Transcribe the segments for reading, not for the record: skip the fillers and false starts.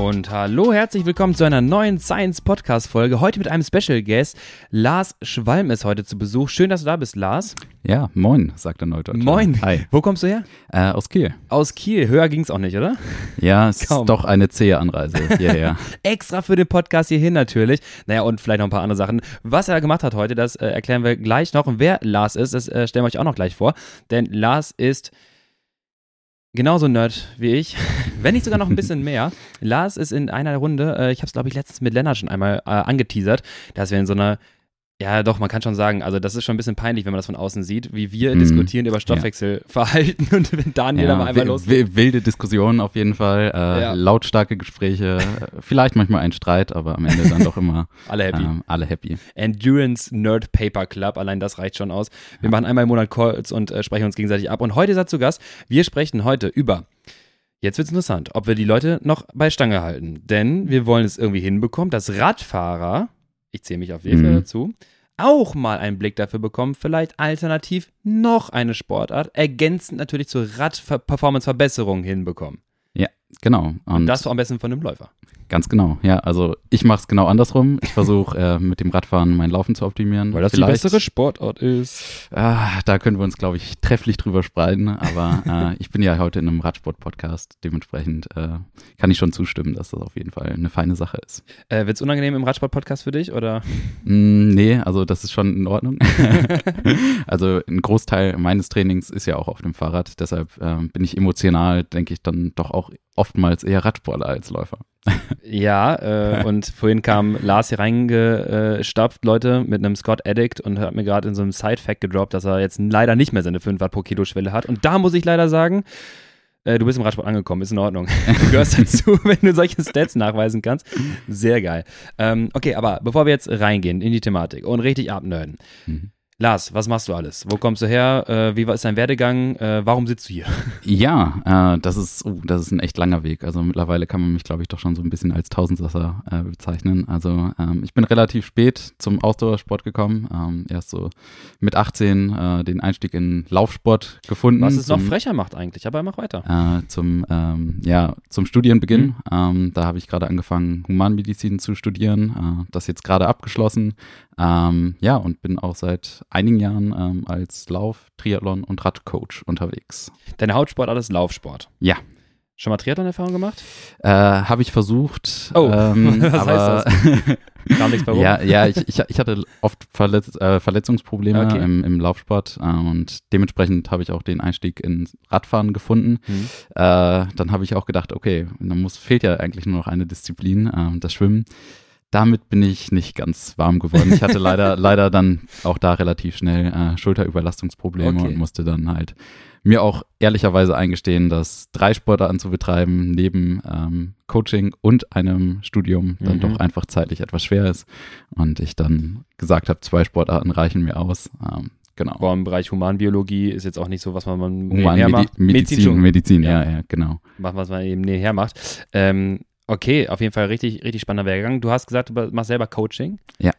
Und hallo, herzlich willkommen zu einer neuen Science-Podcast-Folge. Heute mit einem Special-Guest. Lars Schwalm ist heute zu Besuch. Schön, dass du da bist, Lars. Ja, moin, sagt der Neudeutsche. Moin. Hi. Wo kommst du her? Aus Kiel. Aus Kiel. Höher ging's auch nicht, oder? Ja, es Kaum. ist doch eine zähe Anreise hierher. Extra für den Podcast hierhin natürlich. Naja, und vielleicht noch ein paar andere Sachen. Was er gemacht hat heute, das erklären wir gleich noch. Und wer Lars ist, das stellen wir euch auch noch gleich vor. Denn Lars ist genauso Nerd wie ich, wenn nicht sogar noch ein bisschen mehr. Lars ist in einer Runde, ich habe es glaube ich letztens mit Lennart schon einmal angeteasert, dass wir in so einer, ja doch, man kann schon sagen, also das ist schon ein bisschen peinlich, wenn man das von außen sieht, wie wir diskutieren über Stoffwechselverhalten und wenn Daniel da mal einmal losgeht. Wilde Diskussionen auf jeden Fall, lautstarke Gespräche, vielleicht manchmal ein Streit, aber am Ende dann doch immer alle happy. Endurance Nerd Paper Club, allein das reicht schon aus. Wir machen einmal im Monat Calls und sprechen uns gegenseitig ab und heute ist er zu Gast. Wir sprechen heute über, jetzt wird's interessant, ob wir die Leute noch bei Stange halten, denn wir wollen es irgendwie hinbekommen, dass Radfahrer, ich zähle mich auf jeden Fall dazu, auch mal einen Blick dafür bekommen, vielleicht alternativ noch eine Sportart, ergänzend natürlich zur Rad-Performance-Verbesserung hinbekommen. Ja, genau. Und das am besten von einem Läufer. Ganz genau, ja, also ich mache es genau andersrum. Ich versuche mit dem Radfahren mein Laufen zu optimieren. Weil das die bessere Sportart ist. Da können wir uns, glaube ich, trefflich drüber streiten, aber ich bin ja heute in einem Radsport-Podcast, dementsprechend kann ich schon zustimmen, dass das auf jeden Fall eine feine Sache ist. Wird es unangenehm im Radsport-Podcast für dich, oder? Nee, also das ist schon in Ordnung. Also ein Großteil meines Trainings ist ja auch auf dem Fahrrad, deshalb bin ich emotional, denke ich, dann doch auch oftmals eher Radsportler als Läufer. Ja, und vorhin kam Lars hier reingestapft, Leute, mit einem Scott Addict und hat mir gerade in so einem Side-Fact gedroppt, dass er jetzt leider nicht mehr seine 5 Watt pro Kilo Schwelle hat. Und da muss ich leider sagen, du bist im Radsport angekommen, ist in Ordnung. Du gehörst dazu, wenn du solche Stats nachweisen kannst. Sehr geil. Okay, aber bevor wir jetzt reingehen in die Thematik und richtig abnerden. Lars, was machst du alles? Wo kommst du her? Wie ist dein Werdegang? Warum sitzt du hier? Ja, das ist ein echt langer Weg. Also mittlerweile kann man mich, glaube ich, doch schon so ein bisschen als Tausendsasser bezeichnen. Also ich bin relativ spät zum Ausdauersport gekommen. Erst so mit 18 den Einstieg in Laufsport gefunden. Was es noch frecher macht eigentlich, aber mach weiter. Zum Studienbeginn. Da habe ich gerade angefangen, Humanmedizin zu studieren. Das jetzt gerade abgeschlossen. Und bin auch seit einigen Jahren als Lauf-, Triathlon- und Radcoach unterwegs. Deine Hauptsportart ist Laufsport? Ja. Schon mal Triathlon-Erfahrung gemacht? Habe ich versucht. Was heißt das? Kam nichts bei rum? Ja, ich hatte oft Verletzungsprobleme im Laufsport und dementsprechend habe ich auch den Einstieg ins Radfahren gefunden. Dann habe ich auch gedacht, okay, dann fehlt ja eigentlich nur noch eine Disziplin, das Schwimmen. Damit bin ich nicht ganz warm geworden. Ich hatte leider dann auch da relativ schnell Schulterüberlastungsprobleme und musste dann halt mir auch ehrlicherweise eingestehen, dass 3 Sportarten zu betreiben, neben Coaching und einem Studium dann doch einfach zeitlich etwas schwer ist. Und ich dann gesagt habe, 2 Sportarten reichen mir aus. Genau. Boah, im Bereich Humanbiologie ist jetzt auch nicht so, was man nebenher macht. Medizin, ja, genau. Was man eben nebenher macht. Okay, auf jeden Fall richtig, richtig spannender Werdegang. Du hast gesagt, du machst selber Coaching. Ja.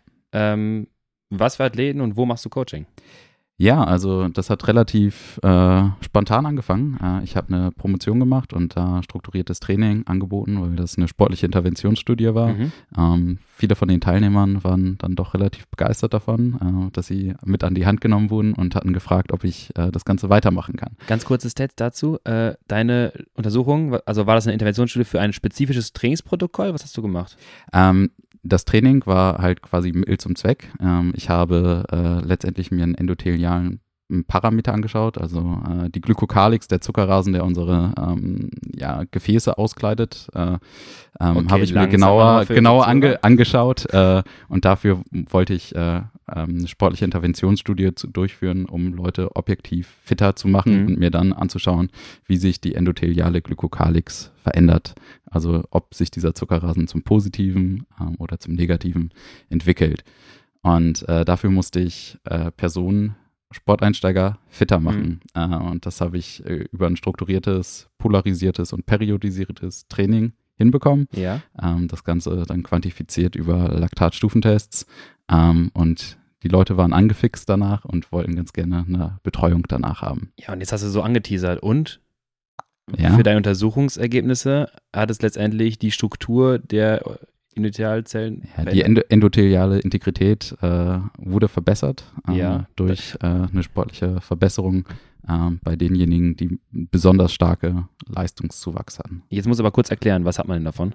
Was für Athleten und wo machst du Coaching? Ja, also das hat relativ spontan angefangen. Ich habe eine Promotion gemacht und da strukturiertes Training angeboten, weil das eine sportliche Interventionsstudie war. Viele von den Teilnehmern waren dann doch relativ begeistert davon, dass sie mit an die Hand genommen wurden und hatten gefragt, ob ich das Ganze weitermachen kann. Ganz kurzes Stat dazu. Deine Untersuchung, also war das eine Interventionsstudie für ein spezifisches Trainingsprotokoll? Was hast du gemacht? Das Training war halt quasi Mittel zum Zweck. Ich habe letztendlich mir einen endothelialen Parameter angeschaut, also die Glykokalix, der Zuckerrasen, der unsere Gefäße auskleidet, habe ich mir genauer angeschaut und dafür wollte ich eine sportliche Interventionsstudie durchführen, um Leute objektiv fitter zu machen und mir dann anzuschauen, wie sich die endotheliale Glykokalix verändert. Also ob sich dieser Zuckerrasen zum Positiven oder zum Negativen entwickelt. Und dafür musste ich Personen, Sporteinsteiger fitter machen. Und das habe ich über ein strukturiertes, polarisiertes und periodisiertes Training hinbekommen. Ja. Das Ganze dann quantifiziert über Laktatstufentests. Und die Leute waren angefixt danach und wollten ganz gerne eine Betreuung danach haben. Ja, und jetzt hast du so angeteasert. Und für deine Untersuchungsergebnisse hat es letztendlich die Struktur der Endothelzellen. Ja, die endotheliale Integrität wurde verbessert durch eine sportliche Verbesserung bei denjenigen, die besonders starke Leistungszuwachs hatten. Jetzt muss ich aber kurz erklären, was hat man denn davon?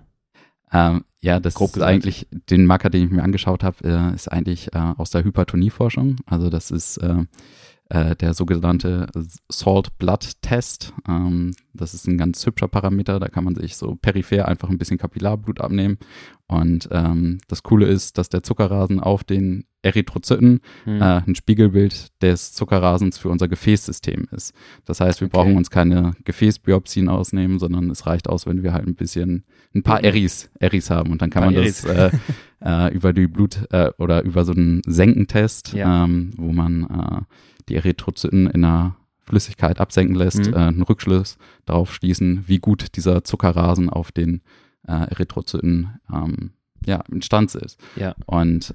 Das ist eigentlich, den Marker, den ich mir angeschaut habe, ist eigentlich aus der Hypertonieforschung. Also das ist der sogenannte Salt Blood Test. Das ist ein ganz hübscher Parameter, da kann man sich so peripher einfach ein bisschen Kapillarblut abnehmen. Und das Coole ist, dass der Zuckerrasen auf den Erythrozyten ein Spiegelbild des Zuckerrasens für unser Gefäßsystem ist. Das heißt, wir brauchen uns keine Gefäßbiopsien ausnehmen, sondern es reicht aus, wenn wir halt ein paar Eris haben. Und dann kann man das über die oder über so einen Senkentest, wo man die Erythrozyten in einer Flüssigkeit absenken lässt, einen Rückschluss darauf schließen, wie gut dieser Zuckerrasen auf den Erythrozyten instand ist. Ja. Und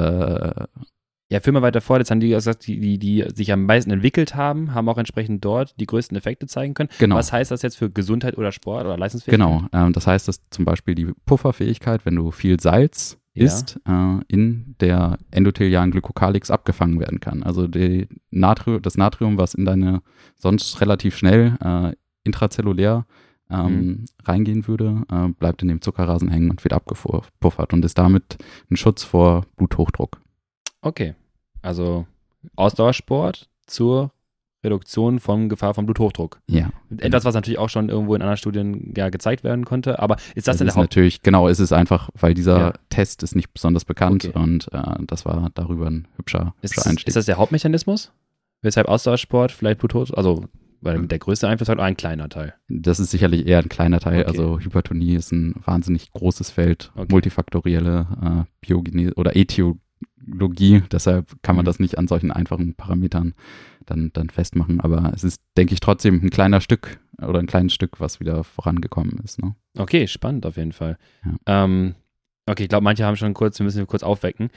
führ mal weiter vor, jetzt haben die gesagt, die sich am meisten entwickelt haben auch entsprechend dort die größten Effekte zeigen können. Genau. Was heißt das jetzt für Gesundheit oder Sport oder Leistungsfähigkeit? Genau, das heißt, dass zum Beispiel die Pufferfähigkeit, wenn du viel Salz isst, in der endothelialen Glykokalix abgefangen werden kann. Also das Natrium, was in deine sonst relativ schnell intrazellulär reingehen würde, bleibt in dem Zuckerrasen hängen und wird abgepuffert und ist damit ein Schutz vor Bluthochdruck. Okay, also Ausdauersport zur Reduktion von Gefahr von Bluthochdruck. Ja. Etwas, was natürlich auch schon irgendwo in anderen Studien gezeigt werden konnte, aber ist das denn der Haupt... Natürlich, genau, ist es einfach, weil dieser Test ist nicht besonders bekannt und das war darüber ein hübscher Einstieg. Ist das der Hauptmechanismus? Weshalb Ausdauersport vielleicht Bluthochdruck, also weil der größte Einfluss hat, ein kleiner Teil? Das ist sicherlich eher ein kleiner Teil, also Hypertonie ist ein wahnsinnig großes Feld, multifaktorielle Biogenese oder Äthiologie, deshalb kann man das nicht an solchen einfachen Parametern dann festmachen, aber es ist, denke ich, trotzdem ein kleines Stück, was wieder vorangekommen ist. Ne? Okay, spannend auf jeden Fall. Ja. Okay, ich glaube, manche haben schon wir müssen kurz aufwecken.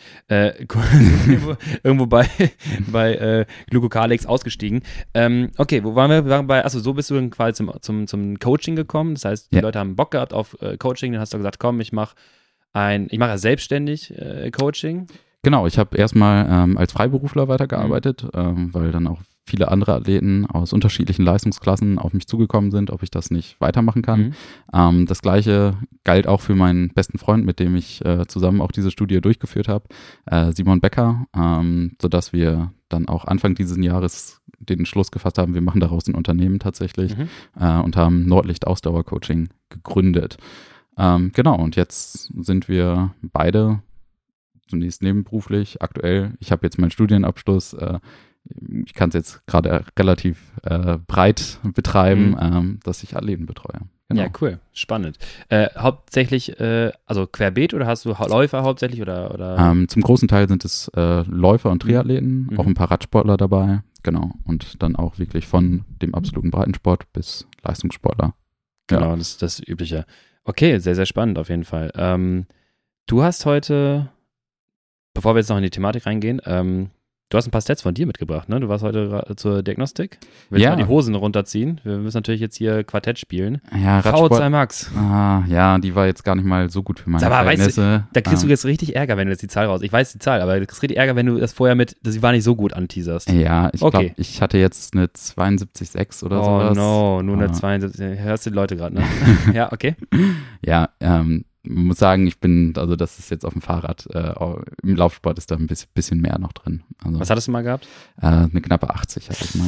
Irgendwo bei Glucokalix ausgestiegen. Okay, wo waren wir? Wir waren bei, so bist du dann quasi zum Coaching gekommen. Das heißt, die Leute haben Bock gehabt auf Coaching. Dann hast du gesagt, komm, ich mache ja selbstständig Coaching. Genau, ich habe erstmal als Freiberufler weitergearbeitet, weil dann auch viele andere Athleten aus unterschiedlichen Leistungsklassen auf mich zugekommen sind, ob ich das nicht weitermachen kann. Das Gleiche galt auch für meinen besten Freund, mit dem ich zusammen auch diese Studie durchgeführt habe, Simon Becker, sodass wir dann auch Anfang dieses Jahres den Entschluss gefasst haben, wir machen daraus ein Unternehmen tatsächlich und haben Nordlicht Ausdauercoaching gegründet. Genau, und jetzt sind wir beide zunächst nebenberuflich, aktuell. Ich habe jetzt meinen Studienabschluss. Ich kann es jetzt gerade relativ breit betreiben, dass ich Athleten betreue. Genau. Ja, cool. Spannend. Hauptsächlich, also querbeet oder hast du Läufer hauptsächlich? Oder? Zum großen Teil sind es Läufer und Triathleten, auch ein paar Radsportler dabei. Genau. Und dann auch wirklich von dem absoluten Breitensport bis Leistungssportler. Genau, das ist das Übliche. Okay, sehr, sehr spannend auf jeden Fall. Du hast heute... Bevor wir jetzt noch in die Thematik reingehen, du hast ein paar Stats von dir mitgebracht, ne? Du warst heute zur Diagnostik. Willst du mal die Hosen runterziehen? Wir müssen natürlich jetzt hier Quartett spielen. Ja, Radsport. VO2 Max. Ja, die war jetzt gar nicht mal so gut für meine Verhältnisse. Weißt du, da kriegst du jetzt richtig Ärger, wenn du jetzt die Zahl raus... Ich weiß die Zahl, aber du kriegst richtig Ärger, wenn du das vorher sie war nicht so gut anteaserst. Ja, ich glaube, ich hatte jetzt eine 72,6 oder sowas. Oh no, nur eine 72. Hörst du die Leute gerade, ne? Ja, okay. Ja, man muss sagen, das ist jetzt auf dem Fahrrad, im Laufsport ist da ein bisschen mehr noch drin. Also, was hattest du mal gehabt? Eine knappe 80 hatte ich mal.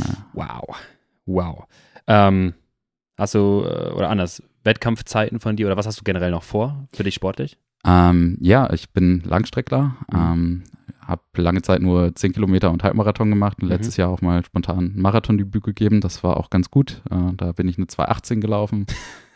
Wow. Hast du, oder anders, Wettkampfzeiten von dir oder was hast du generell noch vor für dich sportlich? Ja, ich bin Langstreckler, habe lange Zeit nur 10 Kilometer und Halbmarathon gemacht und letztes Jahr auch mal spontan ein Marathondebüt gegeben. Das war auch ganz gut. Da bin ich eine 2,18 gelaufen.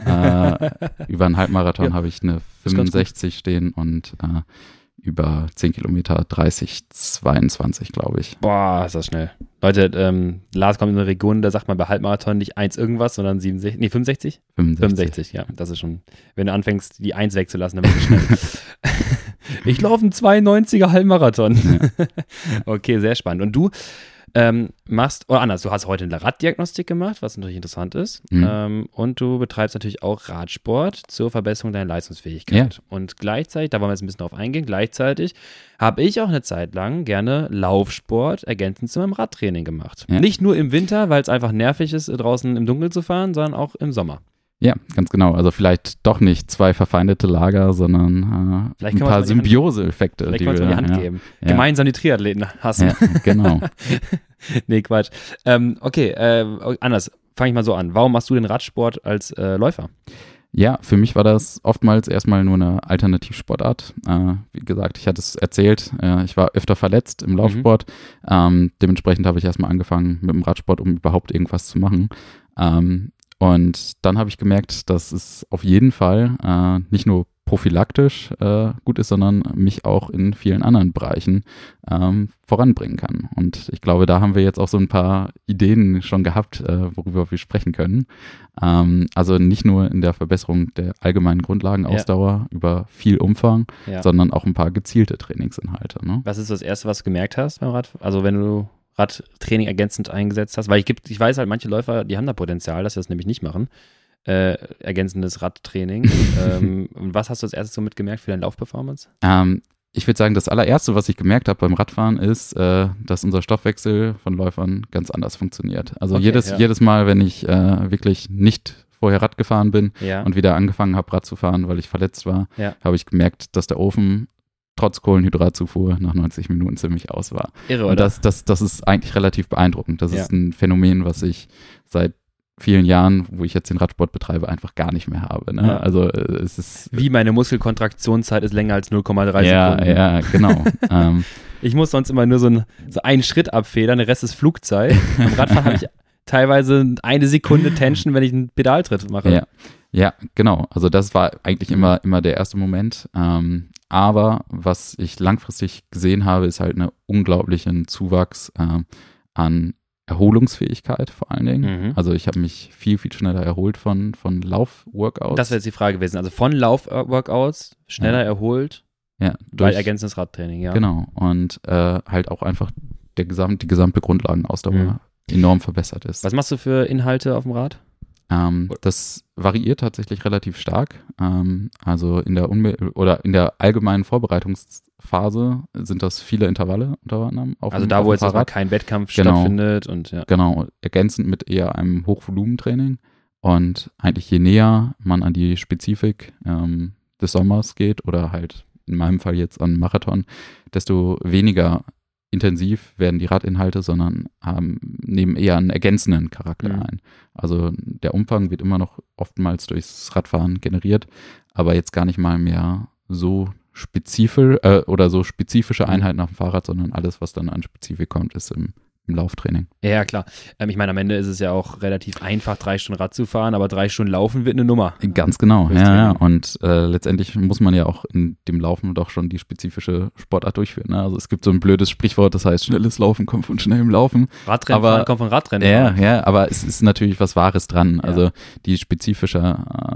Über einen Halbmarathon habe ich eine 65 stehen und über 10 Kilometer 30,22, glaube ich. Boah, ist das schnell. Leute, Lars kommt in eine Region, da sagt man bei Halbmarathon nicht 1 irgendwas, sondern 65? 65, ja. Das ist schon, wenn du anfängst, die 1 wegzulassen, dann wird es schnell. Ich laufe einen 92er Halbmarathon. Ja. Okay, sehr spannend. Und du Oder anders, du hast heute eine Raddiagnostik gemacht, was natürlich interessant ist. Und du betreibst natürlich auch Radsport zur Verbesserung deiner Leistungsfähigkeit. Ja. Und gleichzeitig, da wollen wir jetzt ein bisschen drauf eingehen, gleichzeitig habe ich auch eine Zeit lang gerne Laufsport ergänzend zu meinem Radtraining gemacht. Ja. Nicht nur im Winter, weil es einfach nervig ist, draußen im Dunkeln zu fahren, sondern auch im Sommer. Ja, ganz genau. Also vielleicht doch nicht zwei verfeindete Lager, sondern ein paar Symbiose-Effekte. Vielleicht können wir uns mal die Hand geben. Ja. Gemeinsam die Triathleten hassen. Ja, genau. Nee, Quatsch. Okay, anders. Fange ich mal so an. Warum machst du den Radsport als Läufer? Ja, für mich war das oftmals erstmal nur eine Alternativsportart. Wie gesagt, ich hatte es erzählt, ich war öfter verletzt im Laufsport. Dementsprechend habe ich erstmal angefangen mit dem Radsport, um überhaupt irgendwas zu machen. Und dann habe ich gemerkt, dass es auf jeden Fall nicht nur prophylaktisch gut ist, sondern mich auch in vielen anderen Bereichen voranbringen kann. Und ich glaube, da haben wir jetzt auch so ein paar Ideen schon gehabt, worüber wir sprechen können. Also nicht nur in der Verbesserung der allgemeinen Grundlagenausdauer über viel Umfang, sondern auch ein paar gezielte Trainingsinhalte. Ne? Was ist das Erste, was du gemerkt hast beim Rad? Also wenn du Radtraining ergänzend eingesetzt hast? Weil ich weiß halt, manche Läufer, die haben da Potenzial, dass sie das nämlich nicht machen. Ergänzendes Radtraining. Und was hast du als erstes so mitgemerkt für deine Laufperformance? Ich würde sagen, das allererste, was ich gemerkt habe beim Radfahren, ist, dass unser Stoffwechsel von Läufern ganz anders funktioniert. Also Okay, jedes Mal, wenn ich wirklich nicht vorher Rad gefahren bin und wieder angefangen habe, Rad zu fahren, weil ich verletzt war, habe ich gemerkt, dass der Ofen trotz Kohlenhydratzufuhr nach 90 Minuten ziemlich aus war. Irre, und oder? Das ist eigentlich relativ beeindruckend. Das ist ein Phänomen, was ich seit vielen Jahren, wo ich jetzt den Radsport betreibe, einfach gar nicht mehr habe. Ne? Ja. Also es ist... Wie meine Muskelkontraktionszeit ist länger als 0,3 Sekunden. Ja, genau. Ich muss sonst immer nur so einen Schritt abfedern, der Rest ist Flugzeit. Beim Radfahren habe ich teilweise 1 Sekunde Tension, wenn ich einen Pedaltritt mache. Ja, genau. Also das war eigentlich immer der erste Moment. Aber was ich langfristig gesehen habe, ist halt einen unglaublichen Zuwachs an Erholungsfähigkeit vor allen Dingen. Also ich habe mich viel, viel schneller erholt von Lauf-Workouts. Das wäre jetzt die Frage gewesen. Also von Lauf-Workouts schneller erholt, durch ergänzendes Radtraining, Genau. Und halt auch einfach die gesamte Grundlagenausdauer enorm verbessert ist. Was machst du für Inhalte auf dem Rad? Das variiert tatsächlich relativ stark. Also in der allgemeinen Vorbereitungsphase sind das viele Intervalle unter anderem. Also da, wo jetzt erstmal kein Wettkampf stattfindet. Genau, ergänzend mit eher einem Hochvolumentraining. Und eigentlich je näher man an die Spezifik des Sommers geht oder halt in meinem Fall jetzt an Marathon, desto weniger intensiv werden die Radinhalte, sondern nehmen eher einen ergänzenden Charakter ein. Also der Umfang wird immer noch oftmals durchs Radfahren generiert, aber jetzt gar nicht mal mehr so spezifisch oder so spezifische Einheiten auf dem Fahrrad, sondern alles, was dann an Spezifik kommt, ist im Lauftraining. Ja, klar. Ich meine, am Ende ist es ja auch relativ einfach, 3 Stunden Rad zu fahren, aber 3 Stunden Laufen wird eine Nummer. Ganz genau, ja. Und letztendlich muss man ja auch in dem Laufen doch schon die spezifische Sportart durchführen. Ne? Also es gibt so ein blödes Sprichwort, das heißt, schnelles Laufen kommt von schnellem Laufen. Radrennen kommt von Radrennen. Ja, aber es ist natürlich was Wahres dran. Also die spezifische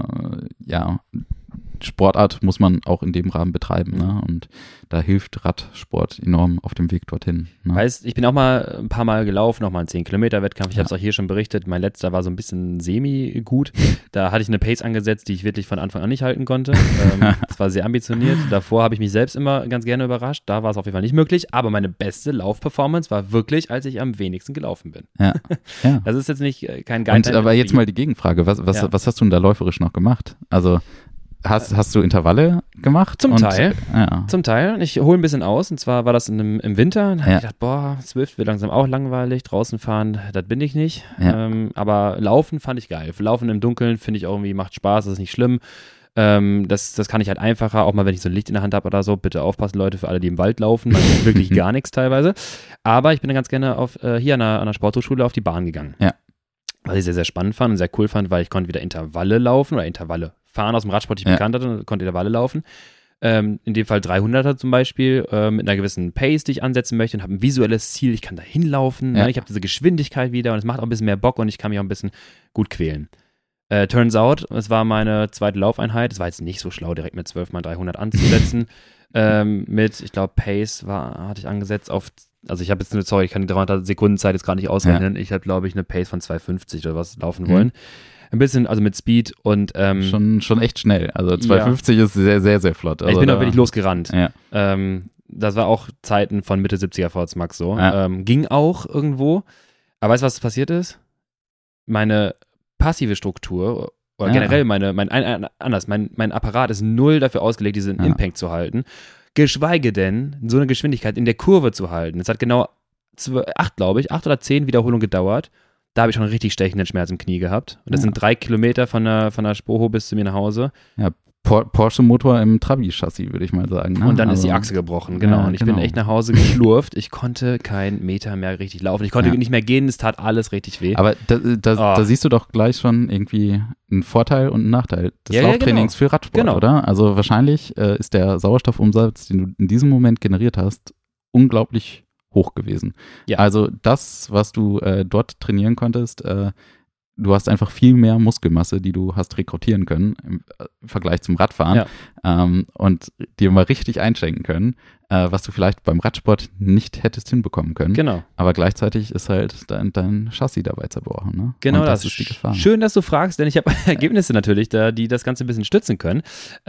Sportart muss man auch in dem Rahmen betreiben. Ne? Und da hilft Radsport enorm auf dem Weg dorthin. Ne? Weißt, ich bin auch mal ein paar Mal gelaufen, noch mal einen 10-Kilometer-Wettkampf. Ich habe es auch hier schon berichtet. Mein letzter war so ein bisschen semi-gut. Da hatte ich eine Pace angesetzt, die ich wirklich von Anfang an nicht halten konnte. Das war sehr ambitioniert. Davor habe ich mich selbst immer ganz gerne überrascht. Da war es auf jeden Fall nicht möglich. Aber meine beste Laufperformance war wirklich, als ich am wenigsten gelaufen bin. Ja. Das ist jetzt nicht kein Guideline. Aber jetzt mal die Gegenfrage. Was hast du denn da läuferisch noch gemacht? Also Hast du Intervalle gemacht? Zum Teil. Zum Teil. Ich hole ein bisschen aus. Und zwar war das im Winter. Da habe ich gedacht, Zwift wird langsam auch langweilig. Draußen fahren, das bin ich nicht. Aber Laufen fand ich geil. Laufen im Dunkeln finde ich auch irgendwie, macht Spaß, das ist nicht schlimm. Das kann ich halt einfacher, auch mal wenn ich so ein Licht in der Hand habe oder so. Bitte aufpassen, Leute, für alle, die im Wald laufen. Man sieht wirklich gar nichts teilweise. Aber ich bin dann ganz gerne hier an der Sporthochschule auf die Bahn gegangen. Ja. Was ich sehr, sehr spannend fand und sehr cool fand, weil ich konnte wieder Intervalle laufen oder Intervalle fahren aus dem Radsport, die ich bekannt hatte, und konnte Intervalle laufen. In dem Fall 300er zum Beispiel, mit einer gewissen Pace, die ich ansetzen möchte, und habe ein visuelles Ziel, ich kann da hinlaufen, ne? Ich habe diese Geschwindigkeit wieder und es macht auch ein bisschen mehr Bock und ich kann mich auch ein bisschen gut quälen. Turns out, es war meine zweite Laufeinheit, es war jetzt nicht so schlau, direkt mit 12 mal 300 anzusetzen, ich glaube Pace hatte ich angesetzt auf Also ich habe jetzt ich kann die 300 Sekunden Zeit jetzt gar nicht ausrechnen. Ich habe, glaube ich, eine Pace von 2,50 oder was laufen wollen. Ein bisschen, also mit Speed und schon echt schnell. Also 2,50 ist sehr, sehr, sehr flott. Also ich bin auch wirklich losgerannt. Ja. Das war auch Zeiten von Mitte 70er VZ Max so. Ging auch irgendwo. Aber weißt du, was passiert ist? Meine passive Struktur oder generell mein Apparat ist null dafür ausgelegt, diesen Impact zu halten. Geschweige denn, so eine Geschwindigkeit in der Kurve zu halten. Es hat genau 8 oder 10 Wiederholungen gedauert. Da habe ich schon richtig stechenden Schmerz im Knie gehabt. Und das sind 3 Kilometer von der Spoho bis zu mir nach Hause. Ja, Porsche-Motor im Trabi-Chassis, würde ich mal sagen. Ne? Und dann ist die Achse gebrochen, genau. Ja, und ich bin echt nach Hause geschlurft. Ich konnte keinen Meter mehr richtig laufen. Ich konnte nicht mehr gehen, es tat alles richtig weh. Aber da siehst du doch gleich schon irgendwie einen Vorteil und einen Nachteil des Lauftrainings für Radsport, oder? Also wahrscheinlich ist der Sauerstoffumsatz, den du in diesem Moment generiert hast, unglaublich hoch gewesen. Ja. Also das, was du dort trainieren konntest, du hast einfach viel mehr Muskelmasse, die du hast rekrutieren können im Vergleich zum Radfahren und dir mal richtig einschränken können, was du vielleicht beim Radsport nicht hättest hinbekommen können. Genau. Aber gleichzeitig ist halt dein Chassis dabei zerbrochen. Ne? Genau, und das ist die Gefahr. Schön, dass du fragst, denn ich habe Ergebnisse natürlich, die das Ganze ein bisschen stützen können.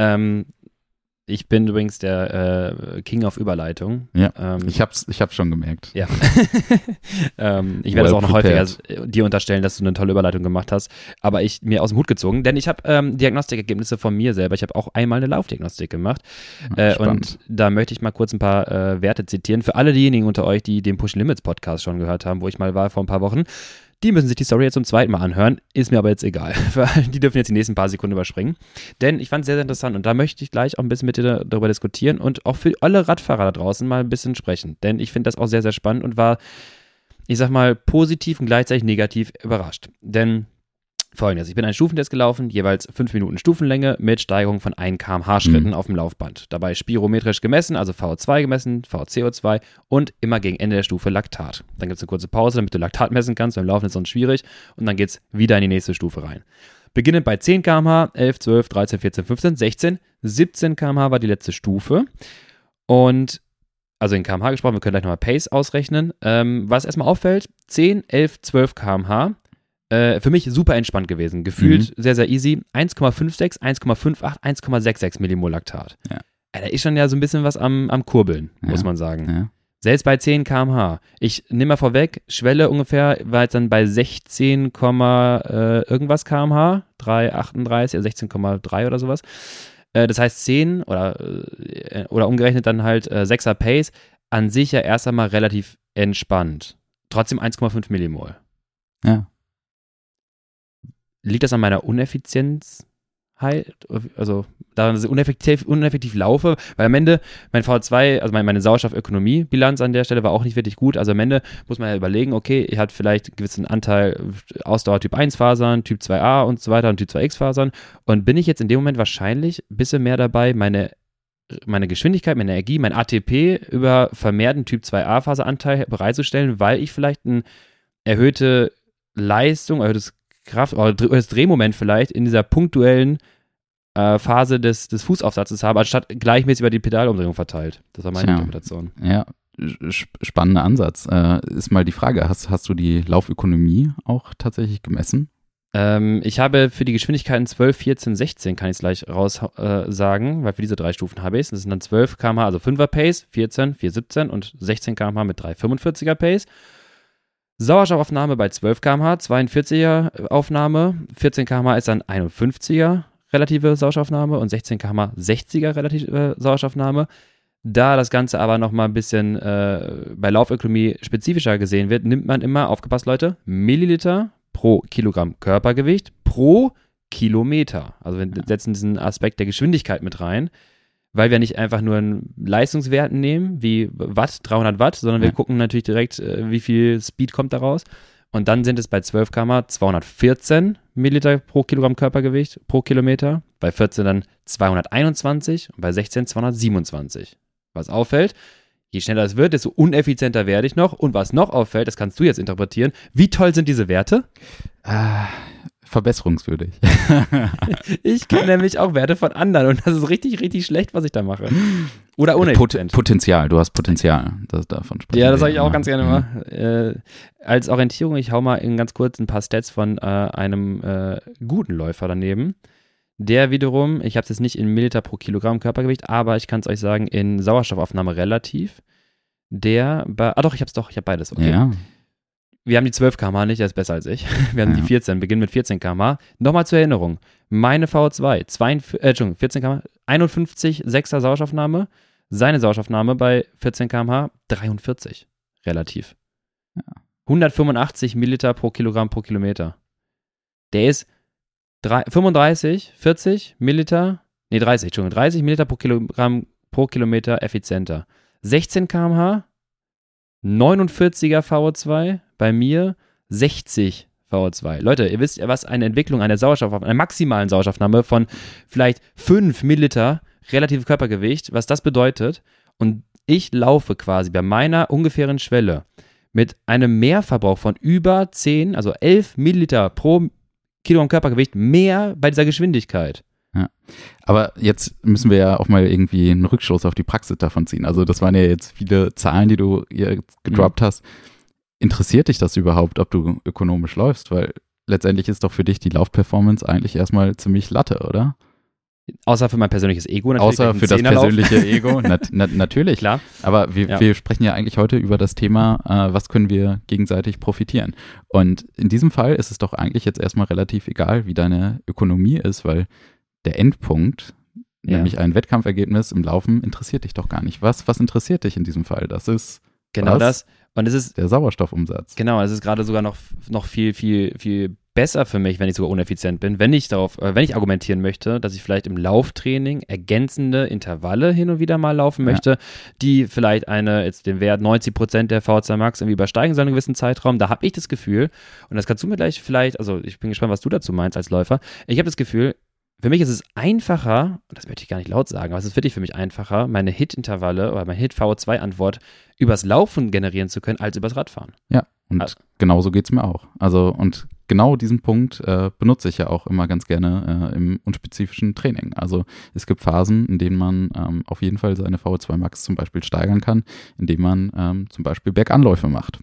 Ich bin übrigens der King of Überleitung. Ja, ich hab's schon gemerkt. Ja. Ich werde es auch noch häufiger dir unterstellen, dass du eine tolle Überleitung gemacht hast, aber mir aus dem Hut gezogen, denn ich habe Diagnostikergebnisse von mir selber. Ich habe auch einmal eine Laufdiagnostik gemacht und da möchte ich mal kurz ein paar Werte zitieren. Für alle diejenigen unter euch, die den Push Limits Podcast schon gehört haben, wo ich mal war vor ein paar Wochen, die müssen sich die Story jetzt zum zweiten Mal anhören. Ist mir aber jetzt egal. Die dürfen jetzt die nächsten paar Sekunden überspringen. Denn ich fand es sehr, sehr interessant und da möchte ich gleich auch ein bisschen mit dir darüber diskutieren und auch für alle Radfahrer da draußen mal ein bisschen sprechen. Denn ich finde das auch sehr, sehr spannend und war, ich sag mal, positiv und gleichzeitig negativ überrascht. Denn Folgendes, ich bin einen Stufentest gelaufen, jeweils 5 Minuten Stufenlänge mit Steigerung von 1 km/h Schritten auf dem Laufband. Dabei spirometrisch gemessen, also VO2 gemessen, VCO2 und immer gegen Ende der Stufe Laktat. Dann gibt es eine kurze Pause, damit du Laktat messen kannst, beim Laufen ist es sonst schwierig und dann geht es wieder in die nächste Stufe rein. Beginnend bei 10 km/h, 11, 12, 13, 14, 15, 16, 17 km/h war die letzte Stufe und also in km/h gesprochen, wir können gleich nochmal Pace ausrechnen. Was erstmal auffällt, 10, 11, 12 km/h. Für mich super entspannt gewesen. Gefühlt sehr, sehr easy. 1,56, 1,58, 1,66 Millimol Laktat. Ja. Da ist schon ja so ein bisschen was am Kurbeln, muss man sagen. Ja. Selbst bei 10 km/h. Ich nehme mal vorweg, Schwelle ungefähr war jetzt dann bei 16, irgendwas km/h. 3,38, 16,3 oder sowas. Das heißt 10 oder umgerechnet dann halt 6er Pace. An sich ja erst einmal relativ entspannt. Trotzdem 1,5 Millimol. Ja. Liegt das an meiner Uneffizienz halt? Also daran, dass ich uneffektiv laufe? Weil am Ende mein V2, also meine Sauerstoffökonomie-Bilanz an der Stelle war auch nicht wirklich gut. Also am Ende muss man ja überlegen, okay, ich hatte vielleicht einen gewissen Anteil Ausdauer Typ 1 Fasern, Typ 2a und so weiter und Typ 2x Fasern. Und bin ich jetzt in dem Moment wahrscheinlich ein bisschen mehr dabei, meine Geschwindigkeit, meine Energie, mein ATP über vermehrten Typ 2a Faseranteil bereitzustellen, weil ich vielleicht eine erhöhte Leistung, erhöhtes Kraft oder das Drehmoment vielleicht in dieser punktuellen Phase des Fußaufsatzes habe, anstatt gleichmäßig über die Pedalumdrehung verteilt. Das war meine Interpretation. Ja, spannender Ansatz. Ist mal die Frage, hast du die Laufökonomie auch tatsächlich gemessen? Ich habe für die Geschwindigkeiten 12, 14, 16, kann ich es gleich raus sagen, weil für diese 3 Stufen habe ich es. Das sind dann 12 km/h, also 5er Pace, 14, 4,17 und 16 km/h mit 3,45er Pace. Sauerstoffaufnahme bei 12 km/h, 42er Aufnahme, 14 km/h ist dann 51er relative Sauerstoffaufnahme und 16 km/h 60er relative Sauerstoffaufnahme. Da das Ganze aber nochmal ein bisschen bei Laufökonomie spezifischer gesehen wird, nimmt man immer, aufgepasst Leute, Milliliter pro Kilogramm Körpergewicht pro Kilometer. Also wir setzen diesen Aspekt der Geschwindigkeit mit rein, weil wir nicht einfach nur einen Leistungswert nehmen, wie Watt, 300 Watt, sondern wir gucken natürlich direkt, wie viel Speed kommt da raus. Und dann sind es bei 12 km/h 214 Milliliter pro Kilogramm Körpergewicht pro Kilometer, bei 14 dann 221 und bei 16 227. Was auffällt, je schneller es wird, desto uneffizienter werde ich noch. Und was noch auffällt, das kannst du jetzt interpretieren. Wie toll sind diese Werte? Verbesserungswürdig. Ich kenne nämlich auch Werte von anderen und das ist richtig, richtig schlecht, was ich da mache. Oder uneffizient. Potenzial, du hast Potenzial. Davon sprechen Ja, das wir sage ich auch immer. ganz gerne mal. Als Orientierung, ich hau mal in ganz kurz ein paar Stats von einem guten Läufer daneben. Der wiederum, ich habe es jetzt nicht in Milliliter pro Kilogramm Körpergewicht, aber ich kann es euch sagen, in Sauerstoffaufnahme relativ. Ich habe beides, okay. Ja. Wir haben die 12 km/h nicht, der ist besser als ich. Wir haben die 14, beginnen mit 14 km/h. Nochmal zur Erinnerung, meine VO2, 14 km/h, 51 6er Sauerstoffnahme, seine Sauerstoffnahme bei 14 km/h 43, relativ. Ja. 185 Milliliter pro Kilogramm pro Kilometer. Der ist 30 Milliliter pro Kilogramm pro Kilometer effizienter. 16 km/h, 49er VO2, bei mir 60 VO2. Leute, ihr wisst ja, was eine Entwicklung einer maximalen Sauerstoffnahme von vielleicht 5 Milliliter relative Körpergewicht, was das bedeutet. Und ich laufe quasi bei meiner ungefähren Schwelle mit einem Mehrverbrauch von über 10, also 11 Milliliter pro Kilogramm Körpergewicht mehr bei dieser Geschwindigkeit. Ja. Aber jetzt müssen wir ja auch mal irgendwie einen Rückschluss auf die Praxis davon ziehen. Also das waren ja jetzt viele Zahlen, die du hier gedroppt hast. Interessiert dich das überhaupt, ob du ökonomisch läufst? Weil letztendlich ist doch für dich die Laufperformance eigentlich erstmal ziemlich Latte, oder? Außer für mein persönliches Ego natürlich. Außer für das persönliche Ego, natürlich. Klar. Aber wir sprechen ja eigentlich heute über das Thema, was können wir gegenseitig profitieren. Und in diesem Fall ist es doch eigentlich jetzt erstmal relativ egal, wie deine Ökonomie ist, weil der Endpunkt, nämlich ein Wettkampfergebnis im Laufen, interessiert dich doch gar nicht. Was interessiert dich in diesem Fall? Das ist genau das. Und es ist der Sauerstoffumsatz. Genau, es ist gerade sogar noch viel, viel, viel besser für mich, wenn ich sogar uneffizient bin, wenn ich argumentieren möchte, dass ich vielleicht im Lauftraining ergänzende Intervalle hin und wieder mal laufen möchte, die vielleicht den Wert 90% der VO2 Max irgendwie übersteigen sollen in einem gewissen Zeitraum. Da habe ich das Gefühl, und das kannst du mir gleich vielleicht, also ich bin gespannt, was du dazu meinst als Läufer, ich habe das Gefühl, für mich ist es einfacher, und das möchte ich gar nicht laut sagen, aber es ist wirklich für mich einfacher, meine HIIT-Intervalle oder meine HIIT-VO2-Antwort übers Laufen generieren zu können, als übers Radfahren. Ja, und genauso geht es mir auch. Also, und genau diesen Punkt benutze ich ja auch immer ganz gerne im unspezifischen Training. Also es gibt Phasen, in denen man auf jeden Fall seine VO2 Max zum Beispiel steigern kann, indem man zum Beispiel Berganläufe macht.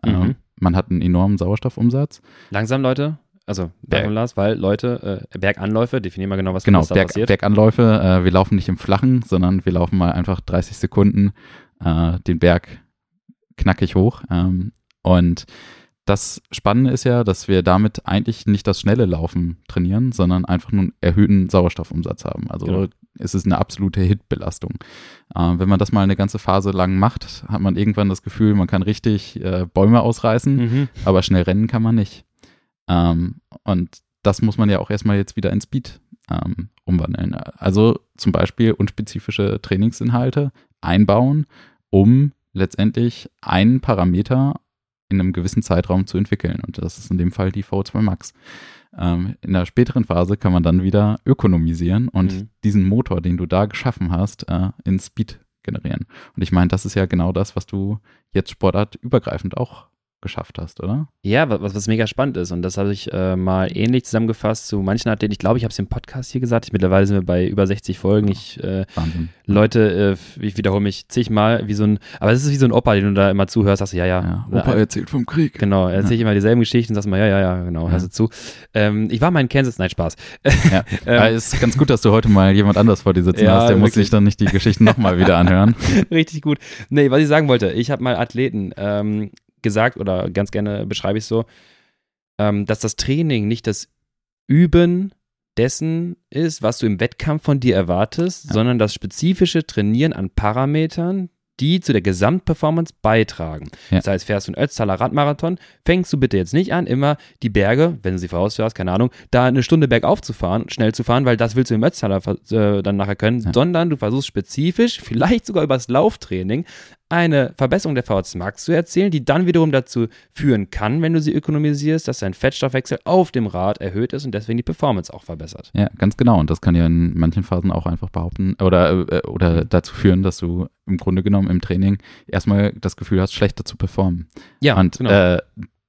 Man hat einen enormen Sauerstoffumsatz. Langsam, Leute. Also, Lars, weil Leute, Berganläufe, definieren wir genau, was da passiert. Berganläufe, wir laufen nicht im Flachen, sondern wir laufen mal einfach 30 Sekunden den Berg knackig hoch. Und das Spannende ist ja, dass wir damit eigentlich nicht das schnelle Laufen trainieren, sondern einfach nur einen erhöhten Sauerstoffumsatz haben. Also es ist eine absolute HIIT-Belastung. Wenn man das mal eine ganze Phase lang macht, hat man irgendwann das Gefühl, man kann richtig Bäume ausreißen, aber schnell rennen kann man nicht. Und das muss man ja auch erstmal jetzt wieder in Speed umwandeln. Also zum Beispiel unspezifische Trainingsinhalte einbauen, um letztendlich einen Parameter in einem gewissen Zeitraum zu entwickeln. Und das ist in dem Fall die VO2 Max. In der späteren Phase kann man dann wieder ökonomisieren und diesen Motor, den du da geschaffen hast, in Speed generieren. Und ich meine, das ist ja genau das, was du jetzt sportartübergreifend auch geschafft hast, oder? Ja, was mega spannend ist, und das habe ich mal ähnlich zusammengefasst zu manchen Athleten. Ich glaube, ich habe es im Podcast hier gesagt. Mittlerweile sind wir bei über 60 Folgen. Wahnsinn. Leute, ich wiederhole mich zigmal, aber es ist wie so ein Opa, den du da immer zuhörst, sagst du, ja. Opa erzählt vom Krieg. Genau, er erzählt immer dieselben Geschichten, sagst du mal, ja, genau, hörst du zu. Ich war mal in Kansas, nein, Spaß. Ja, ist ganz gut, dass du heute mal jemand anders vor dir sitzen hast, der muss sich dann nicht die Geschichten nochmal wieder anhören. Richtig gut. Nee, was ich sagen wollte, ich habe mal Athleten gesagt, oder ganz gerne beschreibe ich es so, dass das Training nicht das Üben dessen ist, was du im Wettkampf von dir erwartest, sondern das spezifische Trainieren an Parametern, die zu der Gesamtperformance beitragen. Ja. Das heißt, fährst du einen Ötztaler Radmarathon, fängst du bitte jetzt nicht an, immer die Berge, wenn du sie vorausfährst, keine Ahnung, da eine Stunde bergauf zu fahren, schnell zu fahren, weil das willst du im Ötztaler dann nachher können, sondern du versuchst spezifisch, vielleicht sogar übers Lauftraining, eine Verbesserung der VO2 Max zu erzielen, die dann wiederum dazu führen kann, wenn du sie ökonomisierst, dass dein Fettstoffwechsel auf dem Rad erhöht ist und deswegen die Performance auch verbessert. Ja, ganz genau. Und das kann ja in manchen Phasen auch einfach behaupten oder dazu führen, dass du im Grunde genommen im Training erstmal das Gefühl hast, schlechter zu performen. Ja, und genau.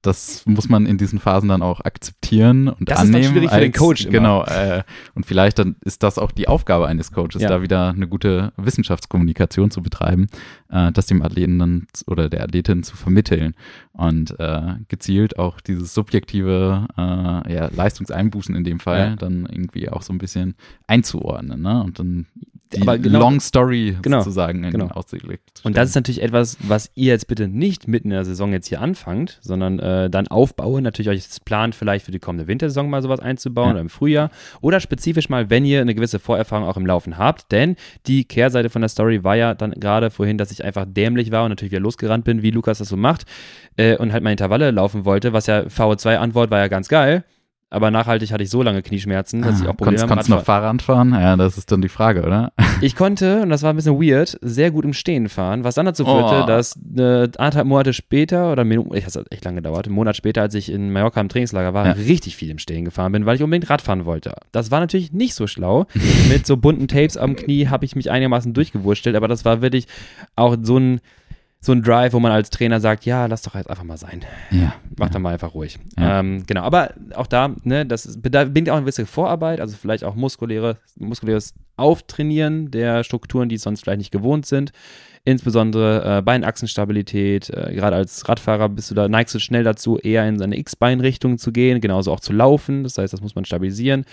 das muss man in diesen Phasen dann auch akzeptieren und das annehmen. Das ist dann schwierig für den Coach immer. Genau, und vielleicht dann ist das auch die Aufgabe eines Coaches, Ja. da wieder eine gute Wissenschaftskommunikation zu betreiben, das dem Athleten dann oder der Athletin zu vermitteln und gezielt auch dieses subjektive Leistungseinbußen in dem Fall dann irgendwie auch so ein bisschen einzuordnen, ne? Und dann die Long Story sozusagen in den Ausblick. Und das ist natürlich etwas, was ihr jetzt bitte nicht mitten in der Saison jetzt hier anfangt, sondern dann aufbauen, natürlich euch das plant, vielleicht für die kommende Wintersaison mal sowas einzubauen oder im Frühjahr oder spezifisch mal, wenn ihr eine gewisse Vorerfahrung auch im Laufen habt, denn die Kehrseite von der Story war ja dann gerade vorhin, dass ich einfach dämlich war und natürlich wieder losgerannt bin, wie Lukas das so macht und halt meine Intervalle laufen wollte, was ja VO2-Antwort war ja ganz geil. Aber nachhaltig hatte ich so lange Knieschmerzen, dass ich auch Probleme habe. Konntest du noch Fahrrad fahren? Ja, das ist dann die Frage, oder? Ich konnte, und das war ein bisschen weird, sehr gut im Stehen fahren, was dann dazu führte, dass 1,5 Monate später, oder das hat echt lange gedauert, einen Monat später, als ich in Mallorca im Trainingslager war, richtig viel im Stehen gefahren bin, weil ich unbedingt Radfahren wollte. Das war natürlich nicht so schlau. Mit so bunten Tapes am Knie habe ich mich einigermaßen durchgewurstelt, aber das war wirklich auch so ein Drive, wo man als Trainer sagt, ja, lass doch jetzt einfach mal sein. Ja. Mach doch mal einfach ruhig. Ja. Genau, aber auch da, ne, da bedingt auch eine gewisse Vorarbeit, also vielleicht auch muskuläres Auftrainieren der Strukturen, die sonst vielleicht nicht gewohnt sind. Insbesondere Beinachsenstabilität. Gerade als Radfahrer neigst du schnell dazu, eher in seine X-Bein-Richtung zu gehen, genauso auch zu laufen. Das heißt, das muss man stabilisieren.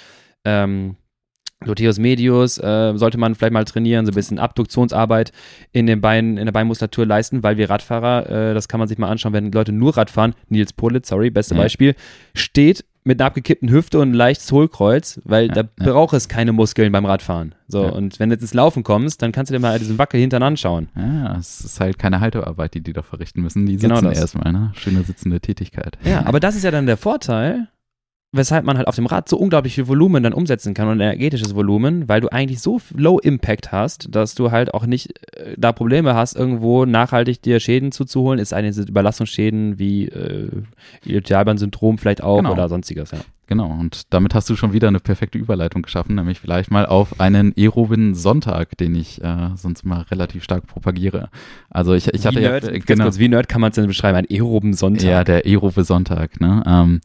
Gluteus medius sollte man vielleicht mal trainieren, so ein bisschen Abduktionsarbeit in der Beinmuskulatur leisten, weil wir Radfahrer, das kann man sich mal anschauen, wenn Leute nur Rad fahren, Nils Pollitt, beste Beispiel, steht mit einer abgekippten Hüfte und ein leichtes Hohlkreuz, weil da braucht es keine Muskeln beim Radfahren. So, und wenn du jetzt ins Laufen kommst, dann kannst du dir mal diesen Wackelhintern anschauen. Ja, es ist halt keine Haltearbeit, die da verrichten müssen, die sitzen erstmal, ne? Schöne sitzende Tätigkeit. Ja, aber das ist ja dann der Vorteil, weshalb man halt auf dem Rad so unglaublich viel Volumen dann umsetzen kann und energetisches Volumen, weil du eigentlich so Low Impact hast, dass du halt auch nicht da Probleme hast, irgendwo nachhaltig dir Schäden zuzuholen. Ist eine Überlastungsschäden wie Iliotialbandsyndrom vielleicht auch oder sonstiges, ja. Genau, und damit hast du schon wieder eine perfekte Überleitung geschaffen, nämlich vielleicht mal auf einen aeroben Sonntag, den ich sonst mal relativ stark propagiere. Also ich hatte kurz, wie Nerd kann man es denn beschreiben, ein aeroben Sonntag? Ja, der aerobe Sonntag, ne?